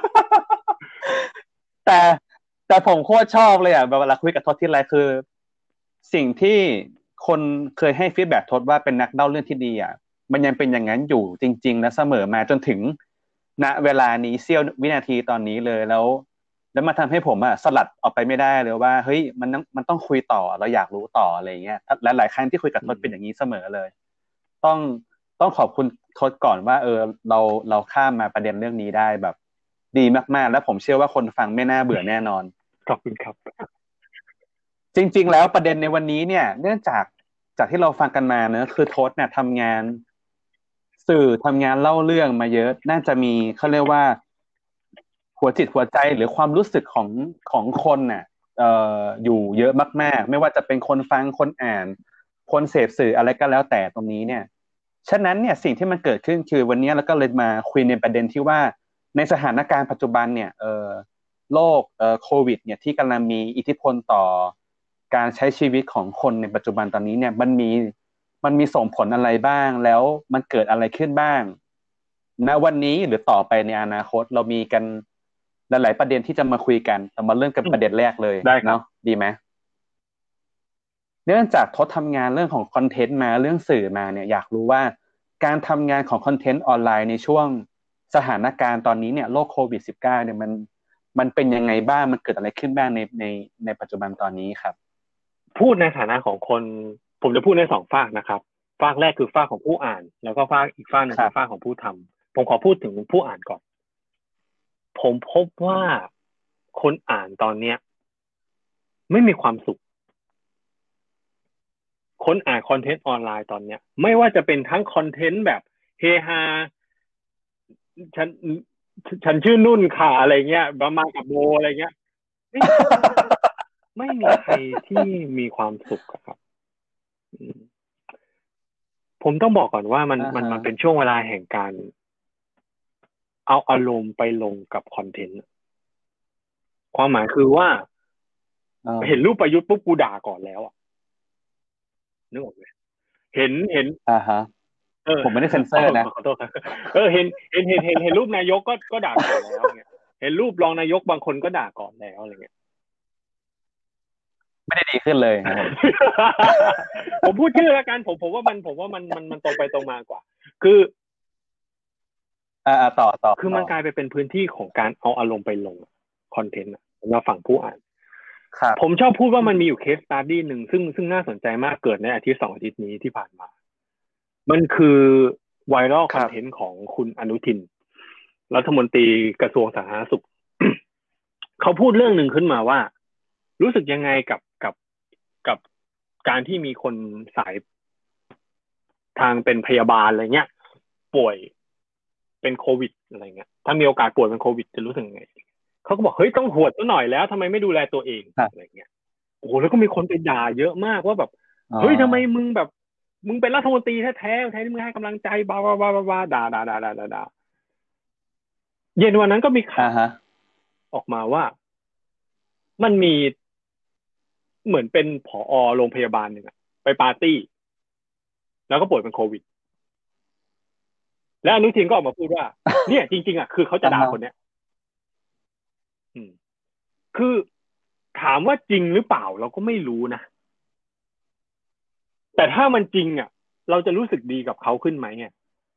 แต่แต่ผมโคตรชอบเลยอ่ะเวลาคุยกับทศที่ไรคือสิ่งที่คนเคยให้ฟีดแบ็กทศว่าเป็นนักเล่าเรื่องที่ดีอ่ะมันยังเป็นอย่างนั้นอยู่จริงๆและเสมอมาจนถึงณเวลานี้เสี้ยววินาทีตอนนี้เลยแล้วแล้วมาทำให้ผมอ่ะสลัดออกไปไม่ได้เลยว่าเฮ้ยมันต้องมันต้องคุยต่อเราอยากรู้ต่ออะไรเงี้ยและหลายๆครั้งที่คุยกับอืทศเป็นอย่างนี้มเสมอเลยต้องต้องขอบคุณทศก่อนว่าเออเราเราข้ามมาประเด็นเรื่องนี้ได้แบบ ดีมากๆแล้วผมเชื่อว่าคนฟังไม่น่าเบื่อแน่นอนขอบคุณครับจริงๆแล้วประเด็นในวันนี้เนี่ยเนื่องจากจากที่เราฟังกันมาเนอะคือโทษเนี่ยทำงานสื่อทำงานเล่าเรื่องมาเยอะน่าจะมีเขาเรียกว่าหัวจิตหัวใจหรือความรู้สึกของของคนน่ะเอ่ออยู่เยอะมากๆไม่ว่าจะเป็นคนฟังคนอ่านคนเสพสื่ออะไรก็แล้วแต่ตรงนี้เนี่ยฉะนั้นเนี่ยสิ่งที่มันเกิดขึ้นคือวันนี้เราก็เลยมาคุยในประเด็นที่ว่าในสถานการณ์ปัจจุบันเนี่ยเอ่อ โรคเอ่อโควิดเนี่ยที่กำลังมีอิทธิพลต่อการใช้ชีวิตของคนในปัจจุบันตอนนี้เนี่ยมันมีมันมีส่งผลอะไรบ้างแล้วมันเกิดอะไรขึ้นบ้างณวันนี้หรือต่อไปในอนาคตเรามีกันหลายๆประเด็นที่จะมาคุยกันแต่มาเริ่มกันอืมประเด็นแรกเลยได้ครับเนาะดีไหมเนื่องจากทศทำงานเรื่องของคอนเทนต์มาเรื่องสื่อมาเนี่ยอยากรู้ว่าการทำงานของคอนเทนต์ออนไลน์ในช่วงสถานการณ์ตอนนี้เนี่ยโรคโควิด สิบเก้า เนี่ยมัน มันเป็นยังไงบ้างมันเกิดอะไรขึ้นบ้างในในในปัจจุบันตอนนี้ครับพูดในฐานะของคนผมจะพูดในสองฝากนะครับฝากแรกคือฝากของผู้อ่านแล้วก็ฝากอีกฝากหนึ่งคือฝากครับของผู้ทำผมขอพูดถึงผู้อ่านก่อนผมพบว่าคนอ่านตอนเนี้ยไม่มีความสุข ค้นอ่านคอนเทนต์ออนไลน์ตอนเนี้ยไม่ว่าจะเป็นทั้งคอนเทนต์แบบเฮฮาฉันฉันชื่อนุ่นค่ะอะไรเงี้ยบามากับโบอะไรเงี้ยไม่ไม่มีใครที่มีความสุขอะครับอืมผมต้องบอกก่อนว่ามันอ่าฮะมันมันเป็นช่วงเวลาแห่งการเอาอารมณ์ไปลงกับคอนเทนต์ความหมายคือว่าอ่าเห็นรูปประยุทธ์ปุ๊บกูด่าก่อนแล้วอะนึกออกไหมเห็นเห็นอ่าฮะเออผมไม่ได้เซ็นเซอ๋ออร์นะขอโทษครับเออเห็นเห็นเห็นเห็นเห็นรูปนายกก็ก็ด่าก่อนแล้วเงี้ยเห็นรูปรองนายกบางคนก็ด่าก่อนแล้วอะไรเงี้ยไม่ได้ดีขึ้นเลยครับผมผมพูดชื่อแล้วกันผมผมว่ามันผมว่ามันมันมันตรงไปตรงมากว่าคืออ่าอ่าต่อต่อคือต่อมันกลายไปเป็นพื้นที่ของการเอาอารมณ์ไปลงคอนเทนต์สำหรับฝั่งผู้อ่านครับผมชอบพูดว่ามันมีอยู่เคสสตัดดี้หนึ่งซึ่งซึ่งน่าสนใจมากเกิดในอาทิตย์สองอาทิตย์นี้ที่ผ่านมามันคือไวรัลครับคอนเทนต์ของคุณอนุทินรัฐมนตรีกระทรวงสาธารณสุข เขาพูดเรื่องหนึ่งขึ้นมาว่ารู้สึกยังไงกับกับกับการที่มีคนสายทางเป็นพยาบาลอะไรเงี้ยป่วยเป็นโควิดอะไรเงี้ยถ้ามีโอกาสป่วยเป็นโควิดจะรู้สึกยังไงเขาก็บอกเฮ้ยต้องหวดซะหน่อยแล้วทำไมไม่ดูแลตัวเองครับอะไรเงี้ยโอ้โหแล้วก็มีคนไปด่าเยอะมากว่าแบบอ๋อเฮ้ยทำไมมึงแบบมึงเป็นรัฐมนตรีแท้ๆแท้ที่มึงให้กำลังใจบ้าบ้าบ้าบ้าด่าด่าด่าด่าด่าด่าเย็นวันนั้นก็มีข่าวอ่าฮะออกมาว่ามันมีเหมือนเป็นผอโรงพยาบาลหนึ่งอะไปปาร์ตี้แล้วก็ป่วยเป็นโควิดแล้วอนุทินก็ออกมาพูดว่าเนี่ยจริงๆอ่ะคือเขาจะด่าคนเนี้ยอืมคือถามว่าจริงหรือเปล่าเราก็ไม่รู้นะแต่ถ้ามันจริงอ่ะเราจะรู้สึกดีกับเขาขึ้นไหมเนี่ย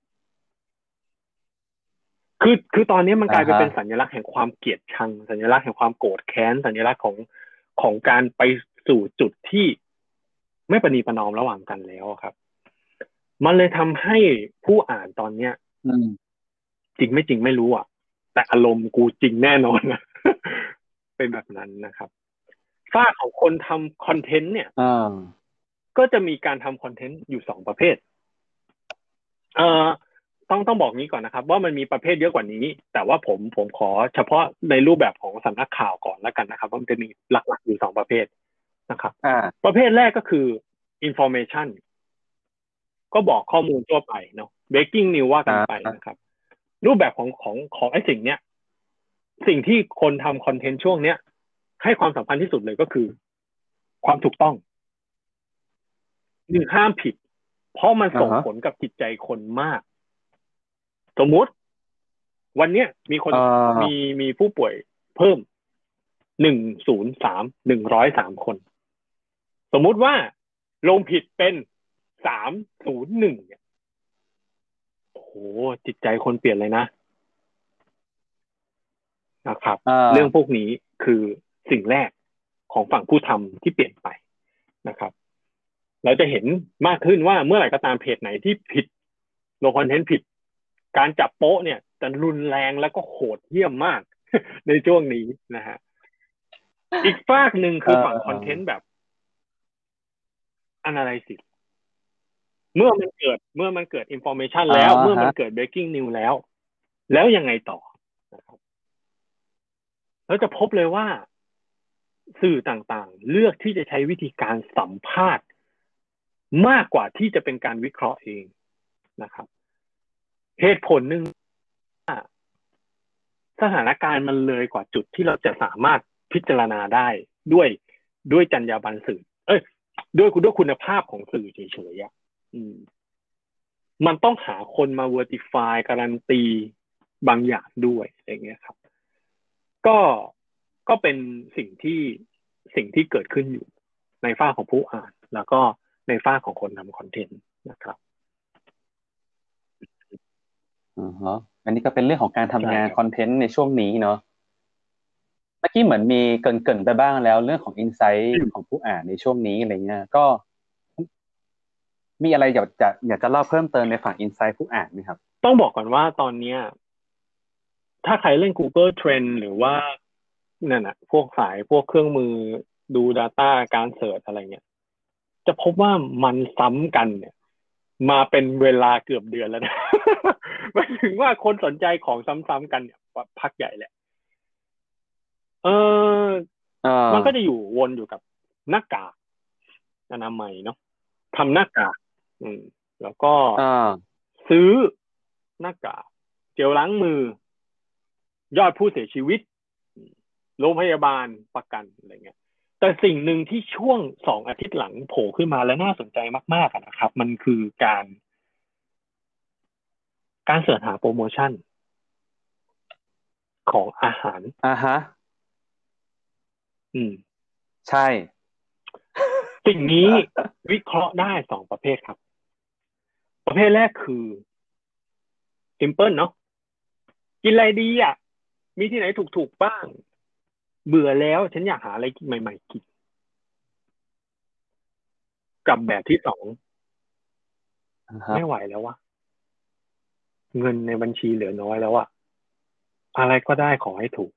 คือคือตอนนี้มันกลายไปเป็นสัญลักษณ์แห่งความเกลียดชังสัญลักษณ์แห่งความโกรธแค้นสัญลักษณ์ของของการไปสู่จุดที่ไม่ประนีประนอมระหว่างกันแล้วครับมันเลยทำให้ผู้อ่านตอนเนี้ยจริงไม่จริงไม่รู้อ่ะแต่อารมณ์กูจริงแน่นอนนะ เป็นแบบนั้นนะครับฝ้าของคนทำคอนเทนต์เนี่ยก็จะมีการทำคอนเทนต์อยู่สองประเภทเอ่อต้องต้องบอกนี้ก่อนนะครับว่ามันมีประเภทเยอะกว่านี้แต่ว่าผมผมขอเฉพาะในรูปแบบของสำนักข่าวก่อนแล้วกันนะครับว่ามันจะมีหลักๆอยู่สองประเภทนะครับประเภทแรกก็คือ information ก็บอกข้อมูลทั่วไปเนาะ breaking news ว่ากันไปนะครับรูปแบบของของของไอ้สิ่งเนี้ยสิ่งที่คนทำคอนเทนต์ช่วงเนี้ยให้ความสำคัญที่สุดเลยก็คือความถูกต้องหนึ่งห้ามผิดเพราะมันส่ง uh-huh. ผลกับจิตใจคนมากสมมุติวันเนี้ยมีคน uh. มีมีผู้ป่วยเพิ่มหนึ่งศูนย์สามหนึ่งร้อยสามคนสมมุติว่าลงผิดเป็นสามศูนย์หนึ่งเนี่ยโอ้โหจิตใจคนเปลี่ยนเลยนะนะครับ uh. เรื่องพวกนี้คือสิ่งแรกของฝั่งผู้ทำที่เปลี่ยนไปนะครับเราจะเห็นมากขึ้นว่าเมื่อไหร่ก็ตามเพจไหนที่ผิดลงคอนเทนต์ผิดการจับโป๊ะเนี่ยจะรุนแรงแล้วก็โหดเหี้ยมมาก ในช่วงนี้นะฮะอีกฝากหนึ่งคือฝั่งคอนเทนต์แบบ analysis เมื่อมันเกิดเมื่อมันเกิด information แล้วเมื่อมันเกิด breaking news แล้วแล้วยังไงต่อนะครับแล้วจะพบเลยว่าสื่อต่างๆเลือกที่จะใช้วิธีการสัมภาษณ์มากกว่าที่จะเป็นการวิเคราะห์เองนะครับเหตุผลหนึ่งสถานการณ์มันเลยกว่าจุดที่เราจะสามารถพิจารณาได้ด้วยด้วยจรรยาบรรณสื่อเอ้ยด้วยด้วยคุณภาพของสื่อเฉยๆอ่ะมันต้องหาคนมา verify การันตีบางอย่างด้วยอะไรเงี้ยครับก็ก็เป็นสิ่งที่สิ่งที่เกิดขึ้นอยู่ในฝ้าของผู้อ่านแล้วก็ในฝ้าของคนทำคอนเทนต์นะครับอือฮะอันนี้ก็เป็นเรื่องของการทำงานคอนเทนต์ในช่วงนี้เนาะเมื่อกี้เหมือนมีเกริ่นๆไปบ้างแล้วเรื่องของอินไซต์ของผู้อ่านในช่วงนี้อะไรเงี้ยก็มีอะไรอยากจะอยากจะเล่าเพิ่มเติมในฝั่งอินไซต์ผู้อ่านไหมครับต้องบอกก่อนว่าตอนนี้ถ้าใครเล่น Google Trend หรือว่านั่นน่ะพวกสายพวกเครื่องมือดู data การเสิร์ชอะไรเงี้ยจะพบว่ามันซ้ำกันเนี่ยมาเป็นเวลาเกือบเดือนแล้วนะหมายถึงว่าคนสนใจของซ้ำๆกันเนี่ยพักใหญ่แหละเออมันก็จะอยู่วนอยู่กับหน้ากากอนามัยเนาะทำหน้ากากอืมแล้วก็ซื้อหน้ากากเจลล้างมือยอดผู้เสียชีวิตโรงพยาบาลประกันอะไรเงี้ยแต่สิ่งหนึ่งที่ช่วงสองอาทิตย์หลังโผล่ขึ้นมาและน่าสนใจมากๆนะครับมันคือการการเสิร์ชหาโปรโมชั่นของอาหารอ่าฮะอืมใช่สิ่งนี้วิเคราะห์ได้สองประเภทครับประเภทแรกคือ simple เนาะกินอะไรดีอ่ะมีที่ไหนถูกๆบ้างเบื่อแล้วฉันอยากหาอะไรใหม่ๆกินกับแบบที่สอง uh-huh. ไม่ไหวแล้ววะเงินในบัญชีเหลือน้อยแล้วอะอะไรก็ได้ขอให้ถูก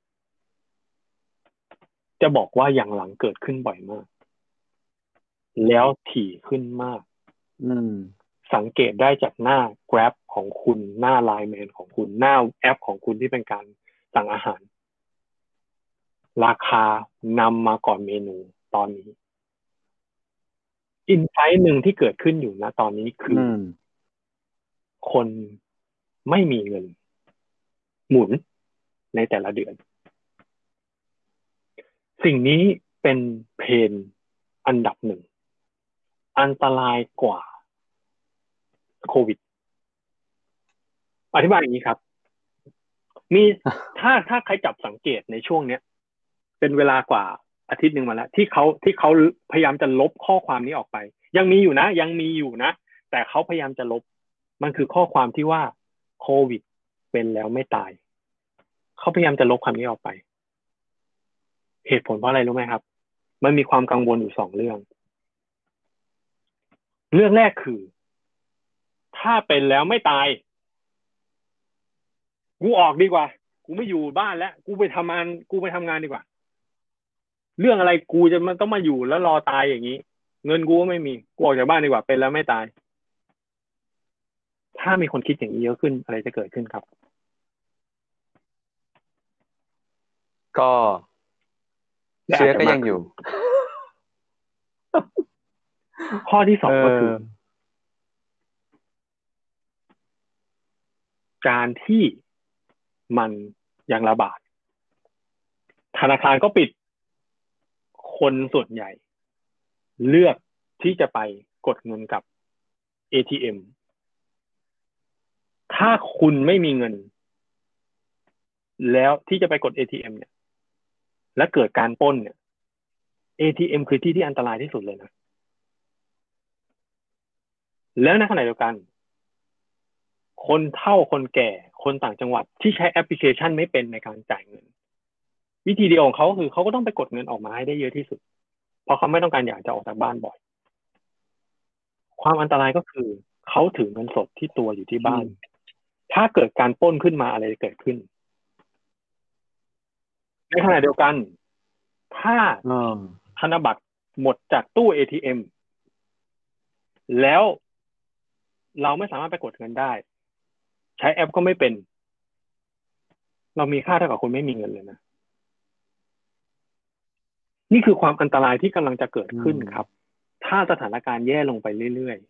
จะบอกว่าอย่างหลังเกิดขึ้นบ่อยมากแล้วถี่ขึ้นมากอืมสังเกตได้จากหน้า Grab ของคุณหน้า ไลน์ แมน ของคุณหน้าแอปของคุณที่เป็นการสั่งอาหารราคานำมาก่อนเมนูตอนนี้อินไซต์หนึ่งที่เกิดขึ้นอยู่นะตอนนี้คือคนไม่มีเงินหมุนในแต่ละเดือนสิ่งนี้เป็นเพนอันดับหนึ่งอันตรายกว่าโควิดอธิบายอย่างนี้ครับมีถ้าถ้าใครจับสังเกตในช่วงเนี้ยเป็นเวลากว่าอาทิตย์หนึ่งมาแล้วที่เขาที่เขาพยายามจะลบข้อความนี้ออกไปยังมีอยู่นะยังมีอยู่นะแต่เขาพยายามจะลบมันคือข้อความที่ว่าโควิดเป็นแล้วไม่ตายเขาพยายามจะลบคำนี้ออกไปเหตุผลเพราะอะไรรู้ไหมครับมันมีความกังวลอยู่สองเรื่องเรื่องแรกคือถ้าเป็นแล้วไม่ตายกูออกดีกว่ากูไม่อยู่บ้านแล้วกูไปทำงานกูไปทำงานดีกว่าเรื่องอะไรกูจะมันต้องมาอยู่แล้วรอตายอย่างนี้เงินกูก็ไม่มีกูออกจากบ้านดีกว่าเป็นแล้วไม่ตายถ้ามีคนคิดอย่างนี้เยอะขึ้นอะไรจะเกิดขึ้นครับก็เชื้อก็ยังอยู่ข้อที่สองก็คือการที่มันยังระบาดธนาคารก็ปิดคนส่วนใหญ่เลือกที่จะไปกดเงินกับ เอ ที เอ็ม ถ้าคุณไม่มีเงินแล้วที่จะไปกด เอ ที เอ็ม เนี่ยและเกิดการปล้นเนี่ย เอ ที เอ็ม คือที่ที่อันตรายที่สุดเลยนะแล้วในขณะเดียวกันคนเฒ่าคนแก่คนต่างจังหวัดที่ใช้แอปพลิเคชันไม่เป็นในการจ่ายเงินวิธีเดียวของเขาคือเขาก็ต้องไปกดเงินออกมาให้ได้เยอะที่สุดเพราะเขาไม่ต้องการอยากจะออกจากบ้านบ่อยความอันตรายก็คือเขาถือเงินสดที่ตัวอยู่ที่บ้านถ้าเกิดการปล้นขึ้นมาอะไรจะเกิดขึ้นในขณะเดียวกันถ้าธนบัตรหมดจากตู้ เอ ที เอ็ม แล้วเราไม่สามารถไปกดเงินได้ใช้แอปก็ไม่เป็นเรามีค่าเท่ากับคนไม่มีเงินเลยนะนี่คือความอันตรายที่กำลังจะเกิดขึ้นครับถ้าสถานการณ์แย่ลงไปเรื่อย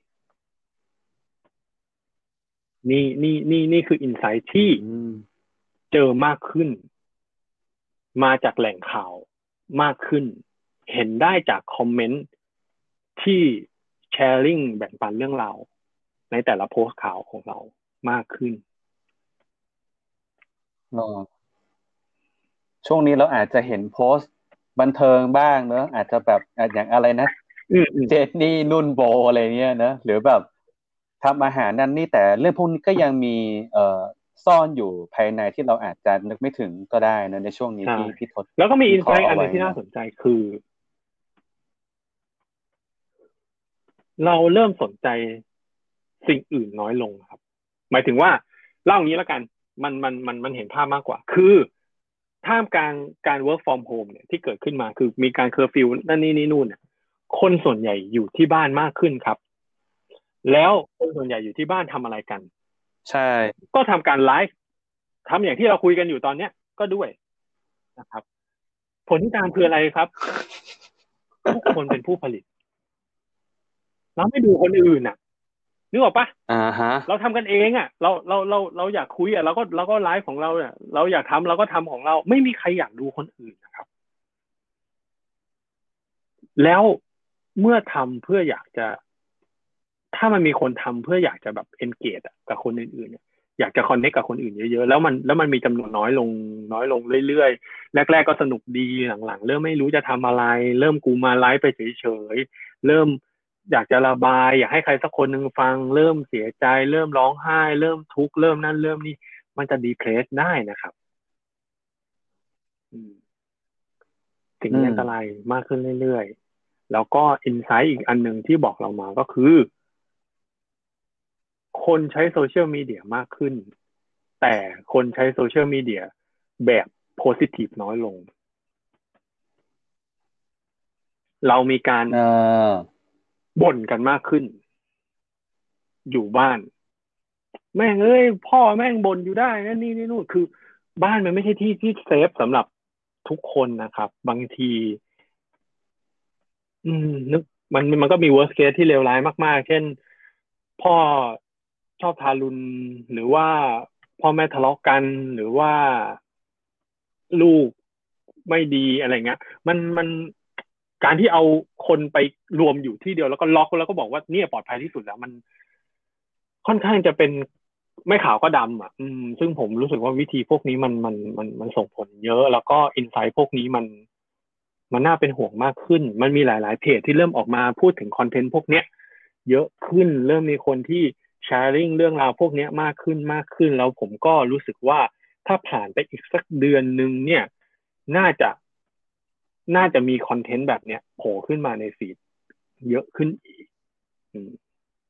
ๆนี่นี่นี่นี่คืออินไซต์ที่เจอมากขึ้นมาจากแหล่งข่าวมากขึ้นเห็นได้จากคอมเมนต์ที่แชร์ลิงแบ่งปันเรื่องราวในแต่ละโพสต์ข่าวของเรามากขึ้นช่วงนี้เราอาจจะเห็นโพสต์บันเทิงบ้างเนอะอาจจะแบบอย่างอะไรนะเจนนี่นุ่นโบอะไรเงี้ยนะหรือแบบทำอาหารนั่นนี่แต่เรื่องพวกนี้ก็ยังมีเอ่อซ่อนอยู่ภายในที่เราอาจจะนึกไม่ถึงก็ได้นะในช่วงนี้ที่พี่ทศแล้วก็มีอินไซต์อันนึงที่น่าสนใจคือเราเริ่มสนใจสิ่งอื่นน้อยลงครับหมายถึงว่าเล่าอย่างนี้แล้วกันมันมันมันมันเห็นภาพมากกว่าคือท่ามกลางการ work from home เนี่ยที่เกิดขึ้นมาคือมีการเคอร์ฟิวนั่นนี่นี่นู่นเนี่ยคนส่วนใหญ่อยู่ที่บ้านมากขึ้นครับแล้วคนส่วนใหญ่อยู่ที่บ้านทำอะไรกันใช่ก็ทำการไลฟ์ทำอย่างที่เราคุยกันอยู่ตอนเนี้ยก็ด้วยนะครับผลที่ตามคืออะไรครับทุกคนเป็นผู้ผลิตเราไม่ดูคนอื่นอ่ะนึกออกปะอ่าฮะเราทำกันเองอ่ะเราเราเราเราอยากคุยอ่ะเราก็เราก็ไลฟ์ของเราเนี่ยเราอยากทำเราก็ทำของเราไม่มีใครอยากดูคนอื่นนะครับแล้วเมื่อทำเพื่ออยากจะถ้ามันมีคนทำเพื่ออยากจะแบบ engage กับคนอื่นๆเนี่ยอยากจะ connect กับคนอื่นเยอะๆแล้วมันแล้วมันมีจำนวนน้อยลงน้อยลงเรื่อยๆแรกๆก็สนุกดีหลังๆเริ่มไม่รู้จะทำอะไรเริ่มกูมาไลฟ์ไปเฉยๆเริ่มอยากจะระบายอยากให้ใครสักคนหนึ่งฟังเริ่มเสียใจเริ่มร้องไห้เริ่มทุกข์เริ่มนั่นเริ่มนี่มันจะดีเพรสได้นะครับสิ่งนี้อันตรายมากขึ้นเรื่อยๆแล้วก็อินไซต์อีกอันหนึ่งที่บอกเรามาก็คือคนใช้โซเชียลมีเดียมากขึ้นแต่คนใช้โซเชียลมีเดียแบบโพซิทีฟน้อยลงเรามีการบ่นกันมากขึ้นอยู่บ้านแม่งเอ้ยพ่อแม่งบ่นอยู่ได้นั่นนี่นี่นู่นคือบ้านมันไม่ใช่ที่ที่เซฟสำหรับทุกคนนะครับบางทีอืมนึกมันมันก็มี worst case ที่เลวร้ายมากๆเช่นพ่อชอบทารุณหรือว่าพ่อแม่ทะเลาะกันหรือว่าลูกไม่ดีอะไรเงี้ยมันมันการที่เอาคนไปรวมอยู่ที่เดียวแล้วก็ล็อกแล้วก็บอกว่าเนี่ยปลอดภัยที่สุดแล้วมันค่อนข้างจะเป็นไม่ขาวก็ดำอ่ะอืมซึ่งผมรู้สึกว่าวิธีพวกนี้มันมันมันมันส่งผลเยอะแล้วก็อินไซต์พวกนี้มันมันน่าเป็นห่วงมากขึ้นมันมีหลายๆเพจที่เริ่มออกมาพูดถึงคอนเทนต์พวกเนี้ยเยอะขึ้นเริ่มมีคนที่แชร์ริ่งเรื่องราวพวกเนี้ยมากขึ้นมากขึ้นแล้วผมก็รู้สึกว่าถ้าผ่านไปอีกสักเดือนหนึ่งเนี่ยน่าจะน่าจะมีคอนเทนต์แบบเนี้ยโผล่ขึ้นมาในฟีดเยอะขึ้นอีกอืม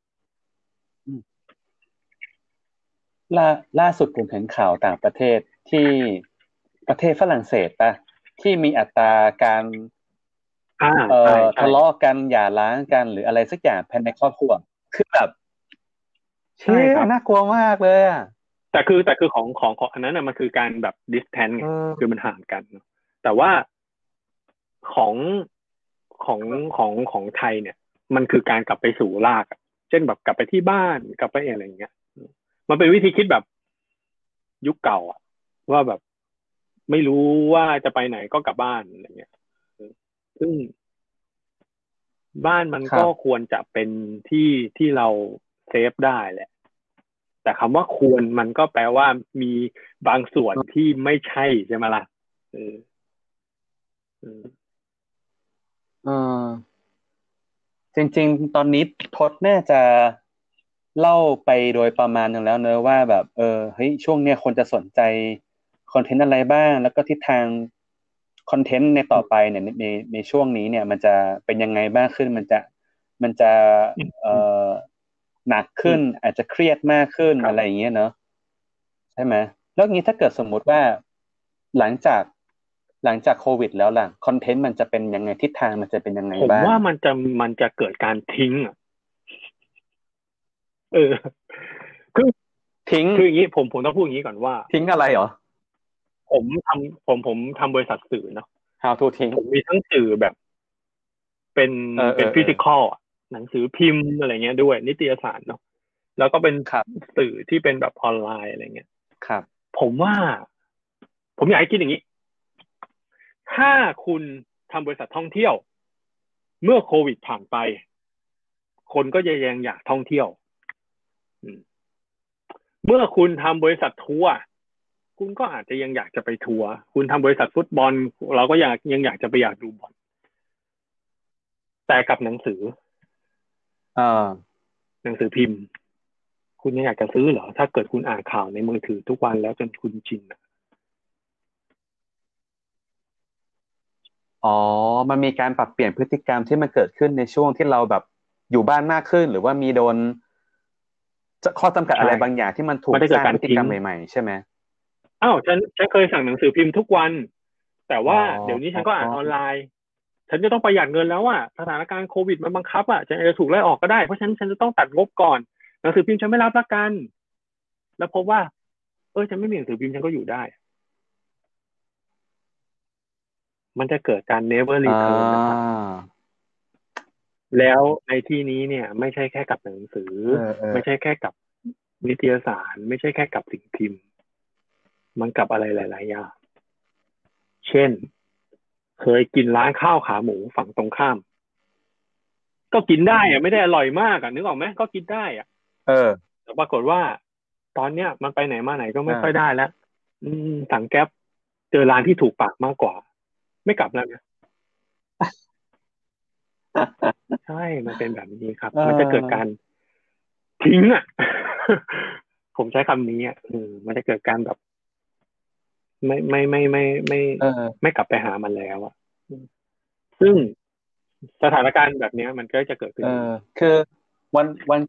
ล่าล่าสุดผมเห็นข่าวต่างประเทศที่ประเทศฝรั่งเศสป่ะที่มีอัตราการอ่าเอ่ใช่อใช่ทะเลาะกันหย่าร้างกันหรืออะไรสักอย่างภายในครอบครัวคือแบบใช่เชี่ยครับน่ากลัวมากเลยอ่ะแต่คือแต่คือของของของอันนั้นน่ะมันคือการแบบ distance เอไงคืออมันห่างกันเนอะแต่ว่าของของของของไทยเนี่ยมันคือการกลับไปสู่รากอะเช่นแบบกลับไปที่บ้านกลับไปอะไรอย่างเงี้ยมันเป็นวิธีคิดแบบยุคเก่าอะว่าแบบไม่รู้ว่าจะไปไหนก็กลับบ้านอะไรเงี้ยซึ่งบ้านมันก็ครับควรจะเป็นที่ที่เราเซฟได้แหละ แต่คำว่าควรมันก็แปลว่ามีบางส่วนที่ไม่ใช่ใช่ไหมล่ะเออเออเออจริงๆตอนนี้ทศน่าจะเล่าไปโดยประมาณหนึ่งแล้วเนอะว่าแบบเออเฮ้ยช่วงเนี้ยคนจะสนใจคอนเทนต์อะไรบ้างแล้วก็ทิศทางคอนเทนต์ในต่อไปเนี่ยในในในช่วงนี้เนี่ยมันจะเป็นยังไงบ้างขึ้นมันจะมันจะอืมเอ่อืมอหนักอืขึ้นมอาจจะเครียดมากขึ้นอะไรอย่างครับเงี้ยเนอะใช่ไหมแล้วงี้ถ้าเกิดสมมุติว่าหลังจากหลังจากโควิดแล้วล่ะคอนเทนต์มันจะเป็นยังไงทิศทางมันจะเป็นยังไงผมบ้างว่ามันจะมันจะเกิดการทิ้งอ่ะเออคือทิ้งคืออย่างนี้ผมผมต้องพูดอย่างนี้ก่อนว่าทิ้งอะไรเหรอผมทำผมผมทำบริษัทสื่อเนาะ how to ทิ้งผมมีทั้งสื่อแบบเป็นเออเออเออเป็นฟิสิกอลหนังสือพิมพ์อะไรเงี้ยด้วยนิตยสารเนาะแล้วก็เป็นครับสื่อที่เป็นแบบออนไลน์อะไรเงี้ยครับผมว่าผมอยากให้คิดอย่างนี้ ถ้าคุณทำบริษัทท่องเที่ยวเมื่อโควิดผ่านไปคนก็จะยังอยากท่องเที่ยวเมื่อคุณทำบริษัททัวร์คุณก็อาจจะยังอยากจะไปทัวร์คุณทำบริษัทฟุตบอลเราก็อยากยังอยากจะไปอยากดูบอลแต่กับหนังสือเออหนังสือพิมพ์คุณยังอยากจะซื้อเหรอถ้าเกิดคุณอ่านข่าวในมือถือทุกวันแล้วจนคุณชินอะอ๋อมันมีการปรับเปลี่ยนพฤติกรรมที่มันเกิดขึ้นในช่วงที่เราแบบอยู่บ้านมากขึ้นหรือว่ามีโดนข้อจำกัดอะไรใช่บางอย่างที่มันถูไม่ได้เกิกสร้างพฤติกรดการทิ้งรมใหม่ๆใช่ไหมอ้าวฉันฉันเคยสั่งหนังสือพิมพ์ทุกวันแต่อ๋อว่าเดี๋ยวนี้ฉันก็อ่านออนไลน์ ฉันจะต้องประหยัดเงินแล้วอ่ะสถานการณ์โควิดมันบังคับอ่ะฉันอาจจะถูกไล่ออกก็ได้เพราะฉะนั้นฉันจะต้องตัดงบก่อนหนังสือพิมพ์ฉันไม่รับละกันแล้วพบว่าเออฉันไม่มีหนังสือพิมพ์ฉันก็อยู่ได้มันจะเกิดการ never อ่ return นะครับาแล้วในที่นี้เนี่ยไม่ใช่แค่กับหนังสือเออเออไม่ใช่แค่กับนิตยสารไม่ใช่แค่กับสิ่งพิมพ์มันกับอะไรหลายๆอย่างเช่นเคยกินร้านข้าวขาหมูฝั่งตรงข้ามก็กินได้อะไม่ได้อร่อยมากอ่ะนึกออกไหมก็กินได้อ่ะเออแต่ปรากฏว่าตอนเนี้ยมันไปไหนมาไหนก็ไม่ค่อยได้อ่าแล้วอืมสั่งแก๊ปเจอร้านที่ถูกปากมากกว่าไม่กลับแล้วนะใช่มันเป็นแบบนี้ครับเอมันจะเกิดการอทิ้งอ่ะผมใช้คำนี้อ่ะอืมมันจะเกิดการแบบไม่ไม่ไม่ไม่ไม่เออไม่กลับไปหามันแล้วอ่ะซึ่งสถานการณ์แบบนี้มันก็จะเกิดเออขึ้นอีกคือวันวัน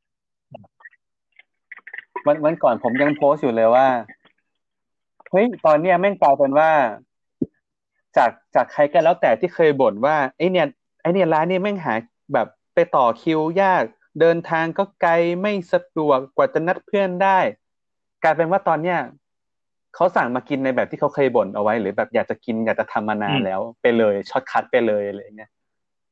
วันวันก่อนผมยังโพสต์อยู่เลยว่าเฮ้ยตอนเนี้ยแม่งกลายเป็นว่า จากจากใครก็แล้วแต่ที่เคยบ่นว่าไอเนี่ยไอเนี่ยร้านเนี่ยแม่งหาแบบไปต่อคิวยากเดินทางก็ไกลไม่สะดวกกว่าจะนัดเพื่อนได้กลายเป็นว่าตอนเนี้ยเขาสั่งมากินในแบบที่เขาเคยบ่นเอาไว้หรือแบบอยากจะกินอยากจะทำมานานแล้วอืมไปเลยช็อตคัทไปเลยอะไรอย่างเงี้ย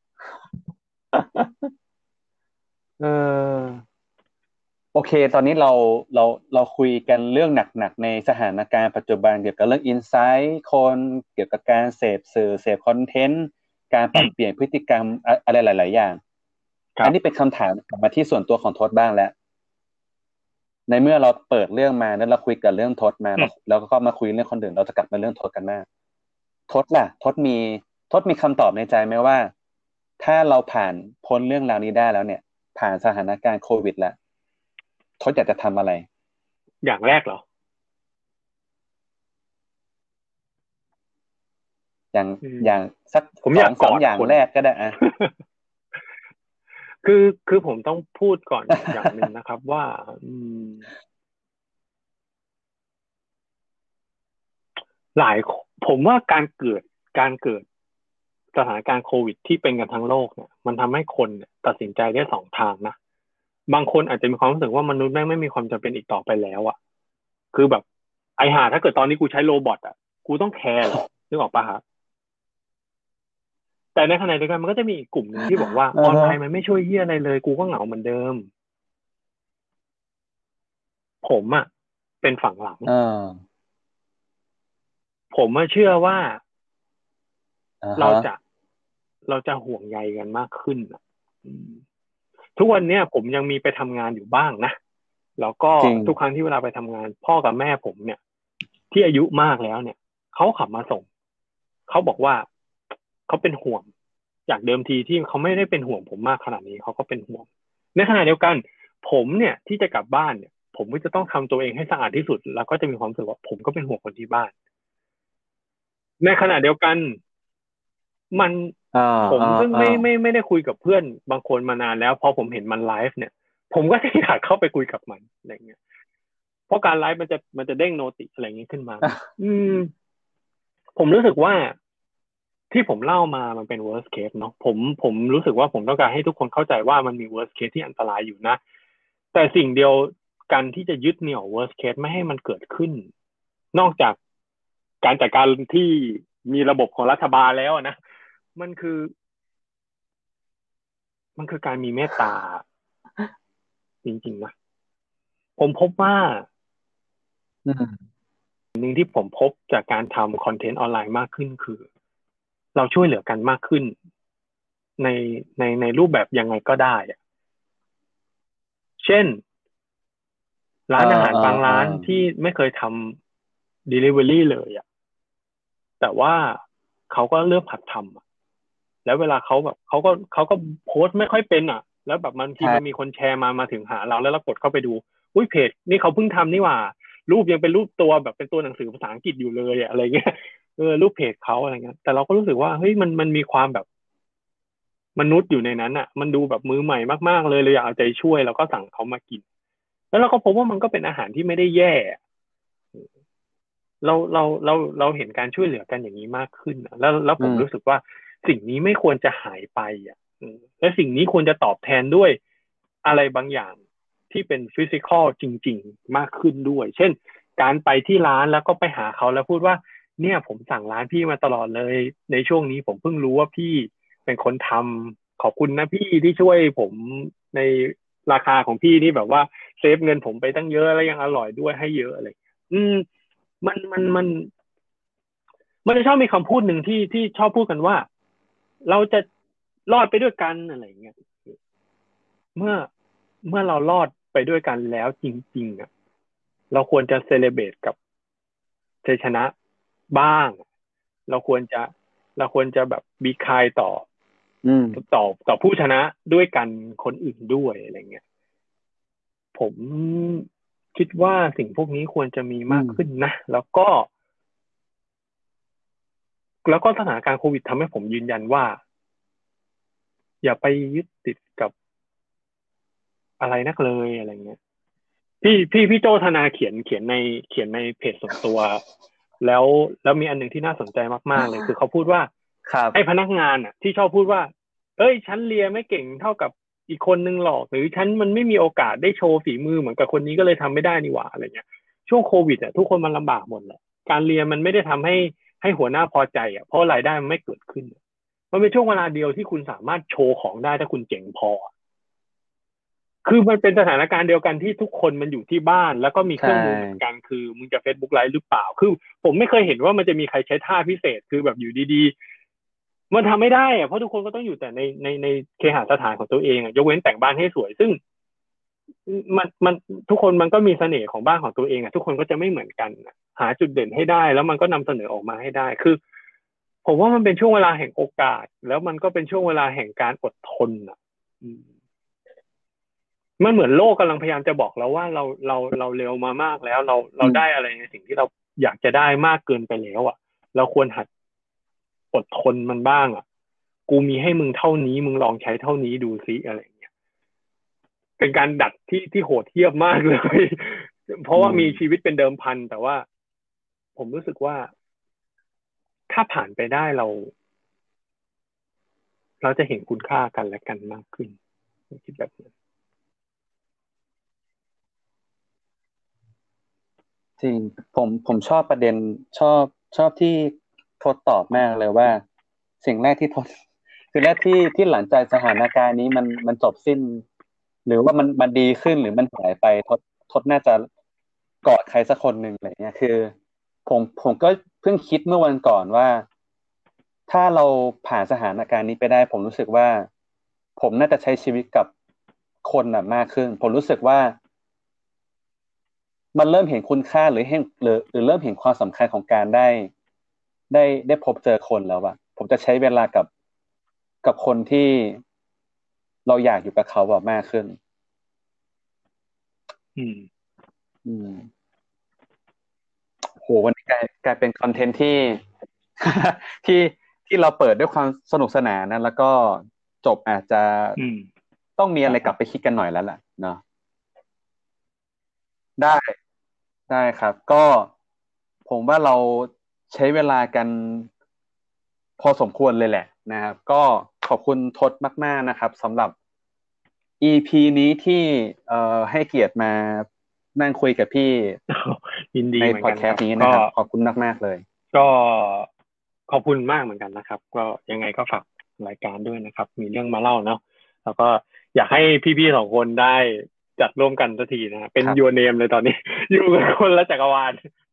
เออโอเคตอนนี้เราเราเราคุยกันเรื่องหนักๆในสถานการณ์ปัจจุบันเกี่ยวกับเรื่องอินไซต์คนเกี่ยวกับการเสพสื่อเสพคอนเทนต์การปอืมรับเปลี่ยนพฤติกรรมอะอะไรหลายๆอย่าง อันนี้เป็นครับคำถามกลับมาที่ส่วนตัวของโทษบ้างแล้วในเมื่อเราเปิดเรื่องมาแล้วเราคุยกันเรื่องทศมาแล้วก็มาคุยเรื่องคนอื่นเราจะกลับมาเรื่องทศกันมากทศล่ะทศมีทศมีคำตอบในใจไหมว่าถ้าเราผ่านพ้นเรื่องราวนี้ได้แล้วเนี่ยผ่านสถานการณ์โควิดแล้วทศอยากจะทำอะไรอย่างแรกเหรออย่างอย่างสักผมอยากสองอย่างแรกก็ได้อะคือคือผมต้องพูดก่อนอย่างหนึ่งนะครับว่าอืมหลายผมว่าการเกิดการเกิดสถานการณ์โควิดที่เป็นกันทั้งโลกเนี่ยมันทำให้คนตัดสินใจได้สองทางนะบางคนอาจจะมีความรู้สึกว่ามนุษย์แม่งไม่มีความจำเป็นอีกต่อไปแล้วอ่ะคือแบบไอห่าถ้าเกิดตอนนี้กูใช้โรบอทอ่ะกูต้องแคร์หรอนึกออกปะครับแต่ในขณะเดียวกันมันก็จะมีอีกกลุ่มหนึ่งที่บอกว่าออนไลน์มันไม่ช่วยเหี้ยอะไรเลยกูก็เหงาเหมือนเดิมผมอ่ะเป็นฝั่งหลังผมเชื่อว่า uh-huh. เราจะเราจะห่วงใยกันมากขึ้นทุกวันเนี้ยผมยังมีไปทำงานอยู่บ้างนะแล้วก็ทุกครั้งที่เวลาไปทำงานพ่อกับแม่ผมเนี่ยที่อายุมากแล้วเนี่ยเขาขับมาส่งเขาบอกว่าเขาเป็นห่วงจากเดิมทีที่เขาไม่ได้เป็นห่วงผมมากขนาดนี้เขาก็เป็นห่วงในขณะเดียวกันผมเนี่ยที่จะกลับบ้านเนี่ยผมก็จะต้องทำตัวเองให้สะอาดที่สุดแล้วก็จะมีความรู้สึกว่าผมก็เป็นห่วงคนที่บ้านในขณะเดียวกันมันผมซึ่งไม่ไม่ไม่ได้คุยกับเพื่อนบางคนมานานแล้วพอผมเห็นมันไลฟ์เนี่ยผมก็อยากเข้าไปคุยกับมันอะไรเงี้ยเพราะการไลฟ์มันจะมันจะเด้งโนติอะไรเงี้ยขึ้นมาอืมผมรู้สึกว่าที่ผมเล่ามามันเป็น worst case เนาะผมผมรู้สึกว่าผมต้องการให้ทุกคนเข้าใจว่ามันมี worst case ที่อันตรายอยู่นะแต่สิ่งเดียวกันที่จะยึดเหนี่ยว worst case ไม่ให้มันเกิดขึ้นนอกจากการจัดการที่มีระบบของรัฐบาลแล้วนะมันคือ มันคือการมีเมตตาจริงๆนะผมพบว่าหนึ่งที่ผมพบจากการทำคอนเทนต์ออนไลน์มากขึ้นคือเราช่วยเหลือกันมากขึ้นในในในรูปแบบยังไงก็ได้อะเช่นร้านอาหารบางร้านที่ไม่เคยทำ delivery เลยอ่ะแต่ว่าเขาก็เริ่มหัดทำแล้วเวลาเขาแบบเขาก็เขาก็โพสต์ไม่ค่อยเป็นอ่ะแล้วแบบบางทีมันมีคนแชร์มามาถึงหาเราแล้วเรากดเข้าไปดูอุ้ยเพจนี่เขาเพิ่งทำนี่หว่ารูปยังเป็นรูปตัวแบบเป็นตัวหนังสือภาษาอังกฤษอยู่เลยอะไรเงี้ยเออรูปเพจเขาอะไรเงี้ยแต่เราก็รู้สึกว่าเฮ้ยมันมันมีความแบบมนุษย์อยู่ในนั้นอ่ะมันดูแบบมือใหม่มากๆเลยเลยอยากเอาใจช่วยแล้วก็สั่งเขามากินแล้วเราก็พบว่ามันก็เป็นอาหารที่ไม่ได้แย่เราเราเราเราเห็นการช่วยเหลือกันอย่างนี้มากขึ้นแล้วแล้วผมรู้สึกว่าสิ่งนี้ไม่ควรจะหายไปอ่ะและสิ่งนี้ควรจะตอบแทนด้วยอะไรบางอย่างที่เป็นฟิสิกอลจริงๆมากขึ้นด้วยเช่นการไปที่ร้านแล้วก็ไปหาเขาแล้วพูดว่าเนี่ยผมสั่งร้านพี่มาตลอดเลยในช่วงนี้ผมเพิ่งรู้ว่าพี่เป็นคนทำขอบคุณนะพี่ที่ช่วยผมในราคาของพี่นี่แบบว่าเซฟเงินผมไปตั้งเยอะแล้วยังอร่อยด้วยให้เยอะอะไรอืมมันมันมันมันจะชอบมีคำพูดหนึ่งที่ที่ชอบพูดกันว่าเราจะรอดไปด้วยกันอะไรเงี้ยเมื่อเมื่อเรารอดไปด้วยกันแล้วจริงๆอ่ะเราควรจะเซเลเบรตกับชัยชนะบ้างเราควรจะเราควรจะแบบบีคายต่อต่อต่อผู้ชนะด้วยกันคนอื่นด้วยอะไรเงี้ยผมคิดว่าสิ่งพวกนี้ควรจะมีมากขึ้นนะแล้วก็แล้วก็สถานการณ์โควิดทำให้ผมยืนยันว่าอย่าไปยึดติดกับอะไรนักเลยอะไรเงี้ยพี่พี่พี่โจธนาเขียนเขียนในเขียนในเพจส่วนตัวแล้วแล้วมีอันหนึ่งที่น่าสนใจมากๆเลยคือเขาพูดว่าไอ้พนักงานอ่ะที่ชอบพูดว่าเอ้ยฉันเรียนไม่เก่งเท่ากับอีกคนนึงหรอกหรือฉันมันไม่มีโอกาสได้โชว์ฝีมือเหมือนกับคนนี้ก็เลยทำไม่ได้นี่หว่าอะไรเงี้ยช่วงโควิดอ่ะทุกคนมันลำบากหมดแหละการเรียนมันไม่ได้ทำให้ให้หัวหน้าพอใจอ่ะเพราะรายได้มันไม่เกิดขึ้นมันเป็นช่วงเวลาเดียวที่คุณสามารถโชว์ของได้ถ้าคุณเจ๋งพอคือมันเป็นสถานการณ์เดียวกันที่ทุกคนมันอยู่ที่บ้านแล้วก็มีเครื่องมือเหมือนกันคือมึงจะ Facebook Live หรือเปล่าคือผมไม่เคยเห็นว่ามันจะมีใครใช้ท่าพิเศษคือแบบอยู่ดีๆมันทำไม่ได้อะเพราะทุกคนก็ต้องอยู่แต่ในในในเคหสถานของตัวเองอะยกเว้นแต่งบ้านให้สวยซึ่งมันมันทุกคนมันก็มีเสน่ห์ของบ้านของตัวเองอ่ะทุกคนก็จะไม่เหมือนกันอะหาจุดเด่นให้ได้แล้วมันก็นำเสนอออกมาให้ได้คือผมว่ามันเป็นช่วงเวลาแห่งโอกาสแล้วมันก็เป็นช่วงเวลาแห่งการอดทนอ่ะอืมมันเหมือนโลกกำลังพยายามจะบอกเราว่าเราเราเราเร็วมามากแล้วเราเราได้อะไรในสิ่งที่เราอยากจะได้มากเกินไปแล้วอ่ะเราควรหัดอดทนมันบ้างอ่ะกูมีให้มึงเท่านี้มึงลองใช้เท่านี้ดูซิอะไรอย่างเงี้ยเป็นการดัดที่ที่โหดเหี้ยมมากเลยเพราะว่ามีชีวิตเป็นเดิมพันแต่ว่าผมรู้สึกว่าถ้าผ่านไปได้เราเราจะเห็นคุณค่ากันและกันมากขึ้นผมคิดแบบนั้นจริงผมผมชอบประเด็นชอบชอบที่ทดตอบมากเลยว่าสิ่งแรกที่ทดคือแรกที่ที่หลังจากสถานการณ์นี้มันมันจบสิ้นหรือว่ามันมันดีขึ้นหรือมันหายไปทดทดน่าจะกอดใครสักคนหนึ่งอะไรเงี้ยคือผมผมก็เพิ่งคิดเมื่อวันก่อนว่าถ้าเราผ่านสถานการณ์นี้ไปได้ผมรู้สึกว่าผมน่าจะใช้ชีวิตกับคนน่ะมากขึ้นผมรู้สึกว่า มันเริ่มเห็นคุณค่าหรือเห็นหรือหรือเริ่มเห็นความสำคัญของการได้ได้ได้พบเจอคนแล้วอะผมจะใช้เวลากับกับคนที่เราอยากอยู่กับเขาแบบมากขึ้นอืมอืมโหวันนี้กลายกลายเป็นคอนเทนต์ที่ที่ที่เราเปิดด้วยความสนุกสนานนะแล้วก็จบอาจจะอืมต้องมีอะไรกลับไปครับคิดกันหน่อยแล้วล่ะเนาะได้ได้ครับก็ผมว่าเราใช้เวลากันพอสมควรเลยแหละนะครับก็ขอบคุณทศมากๆนะครับสำหรับ อี พี นี้ที่เอ่อให้เกียรติมานั่งคุยกับพี่ยินดีในเหมือนกันครับพอดแคสต์นี้นะก็ครับขอบคุณมากๆเลยก็ขอบคุณมากเหมือนกันนะครับก็ยังไงก็ฝากรายการด้วยนะครับมีเรื่องมาเล่าเนาะแล้วก็อยากให้พี่ๆสองคนได้จัดร่วมกันสักทีนะฮะเป็นครับยูเนมเลยตอนนี้อยู่กันคนละจักรวาล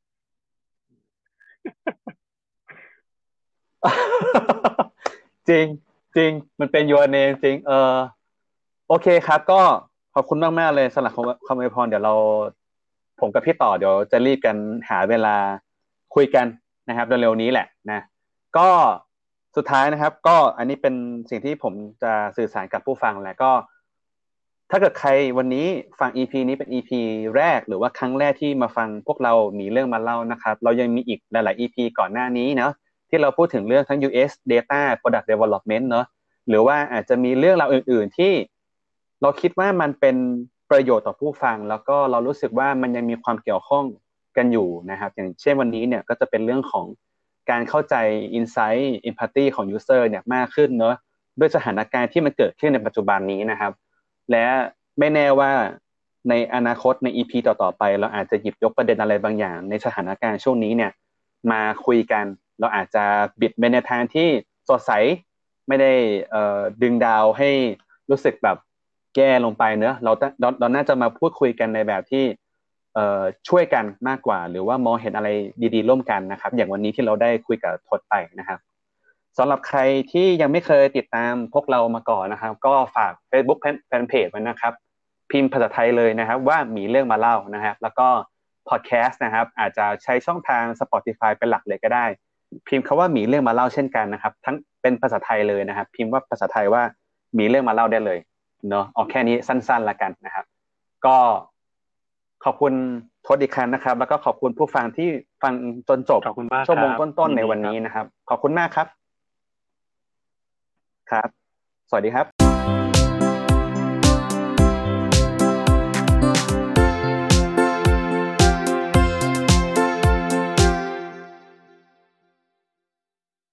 จริงจริงมันเป็น your name จริงเออโอเคครับก็ขอบคุณมากๆเลยสำหรับคำคำอวยพรเดี๋ยวเราผมกับพี่ต่อเดี๋ยวจะรีบกันหาเวลาคุยกันนะครับเร็วๆนี้แหละนะก็สุดท้ายนะครับก็อันนี้เป็นสิ่งที่ผมจะสื่อสารกับผู้ฟังแหละก็ถ้าเกิดใครวันนี้ฟัง อี พี นี้เป็น อี พี แรกหรือว่าครั้งแรกที่มาฟังพวกเรามีเรื่องมาเล่านะครับเรายังมีอีกหลายๆ อี พี ก่อนหน้านี้เนาะ ที่เราพูดถึงเรื่องทั้ง ยู เอส Data Product Development เนอะหรือว่าอาจจะมีเรื่องราวอื่นๆที่เราคิดว่ามันเป็นประโยชน์ต่อผู้ฟังแล้วก็เรารู้สึกว่ามันยังมีความเกี่ยวข้องกันอยู่นะครับอย่างเช่นวันนี้เนี่ยก็จะเป็นเรื่องของการเข้าใจ Insight Empathy ของ User เนี่ยมากขึ้นเนอะด้วยสถานการณ์ที่มันเกิดขึ้นในปัจจุบันนี้นะครับและไม่แน่ว่าในอนาคตใน อี พี ต่อๆไปเราอาจจะหยิบยกประเด็นอะไรบางอย่างในสถานการณ์ช่วงนี้เนี่ยมาคุยกัน เราอาจจะบิดไปในทางที่สดใสไม่ได้เอ่อดึงดาวให้รู้สึกแบบแย่ลงไปเนอะเราเราเราน่าจะมาพูดคุยกันในแบบที่เอ่อช่วยกันมากกว่าหรือว่ามองเห็นอะไรดีๆร่วมกันนะครับอย่างวันนี้ที่เราได้คุยกับทศไปนะครับสำหรับใครที่ยังไม่เคยติดตามพวกเรามาก่อนนะครับก็ฝาก Facebook แฟนเพจไว้นะครับพิมพ์ภาษาไทยเลยนะครับว่ามีเรื่องมาเล่านะครับแล้วก็พอดแคสต์นะครับอาจจะใช้ช่องทาง Spotify เป็นหลักเลยก็ได้ พิมพ์คาว่ามีเรื่องมาเล่าเช่นกันนะครับทั้งเป็นภาษาไทยเลยนะครับพิมพ์ว่าภาษาไทยว่ามีเรื่องมาเล่าได้เลยเนาะเอาแค่นี้สั้นๆละกันนะครับก็ขอบคุณโทษอีกครั้งนะครับแล้วก็ขอบคุณผู้ฟังที่ฟังจนจบขอบคุณมากชั่วโมงครับต้นๆในวันยินดีครับนี้นะครับขอบคุณมากครับครับสวัสดีครับ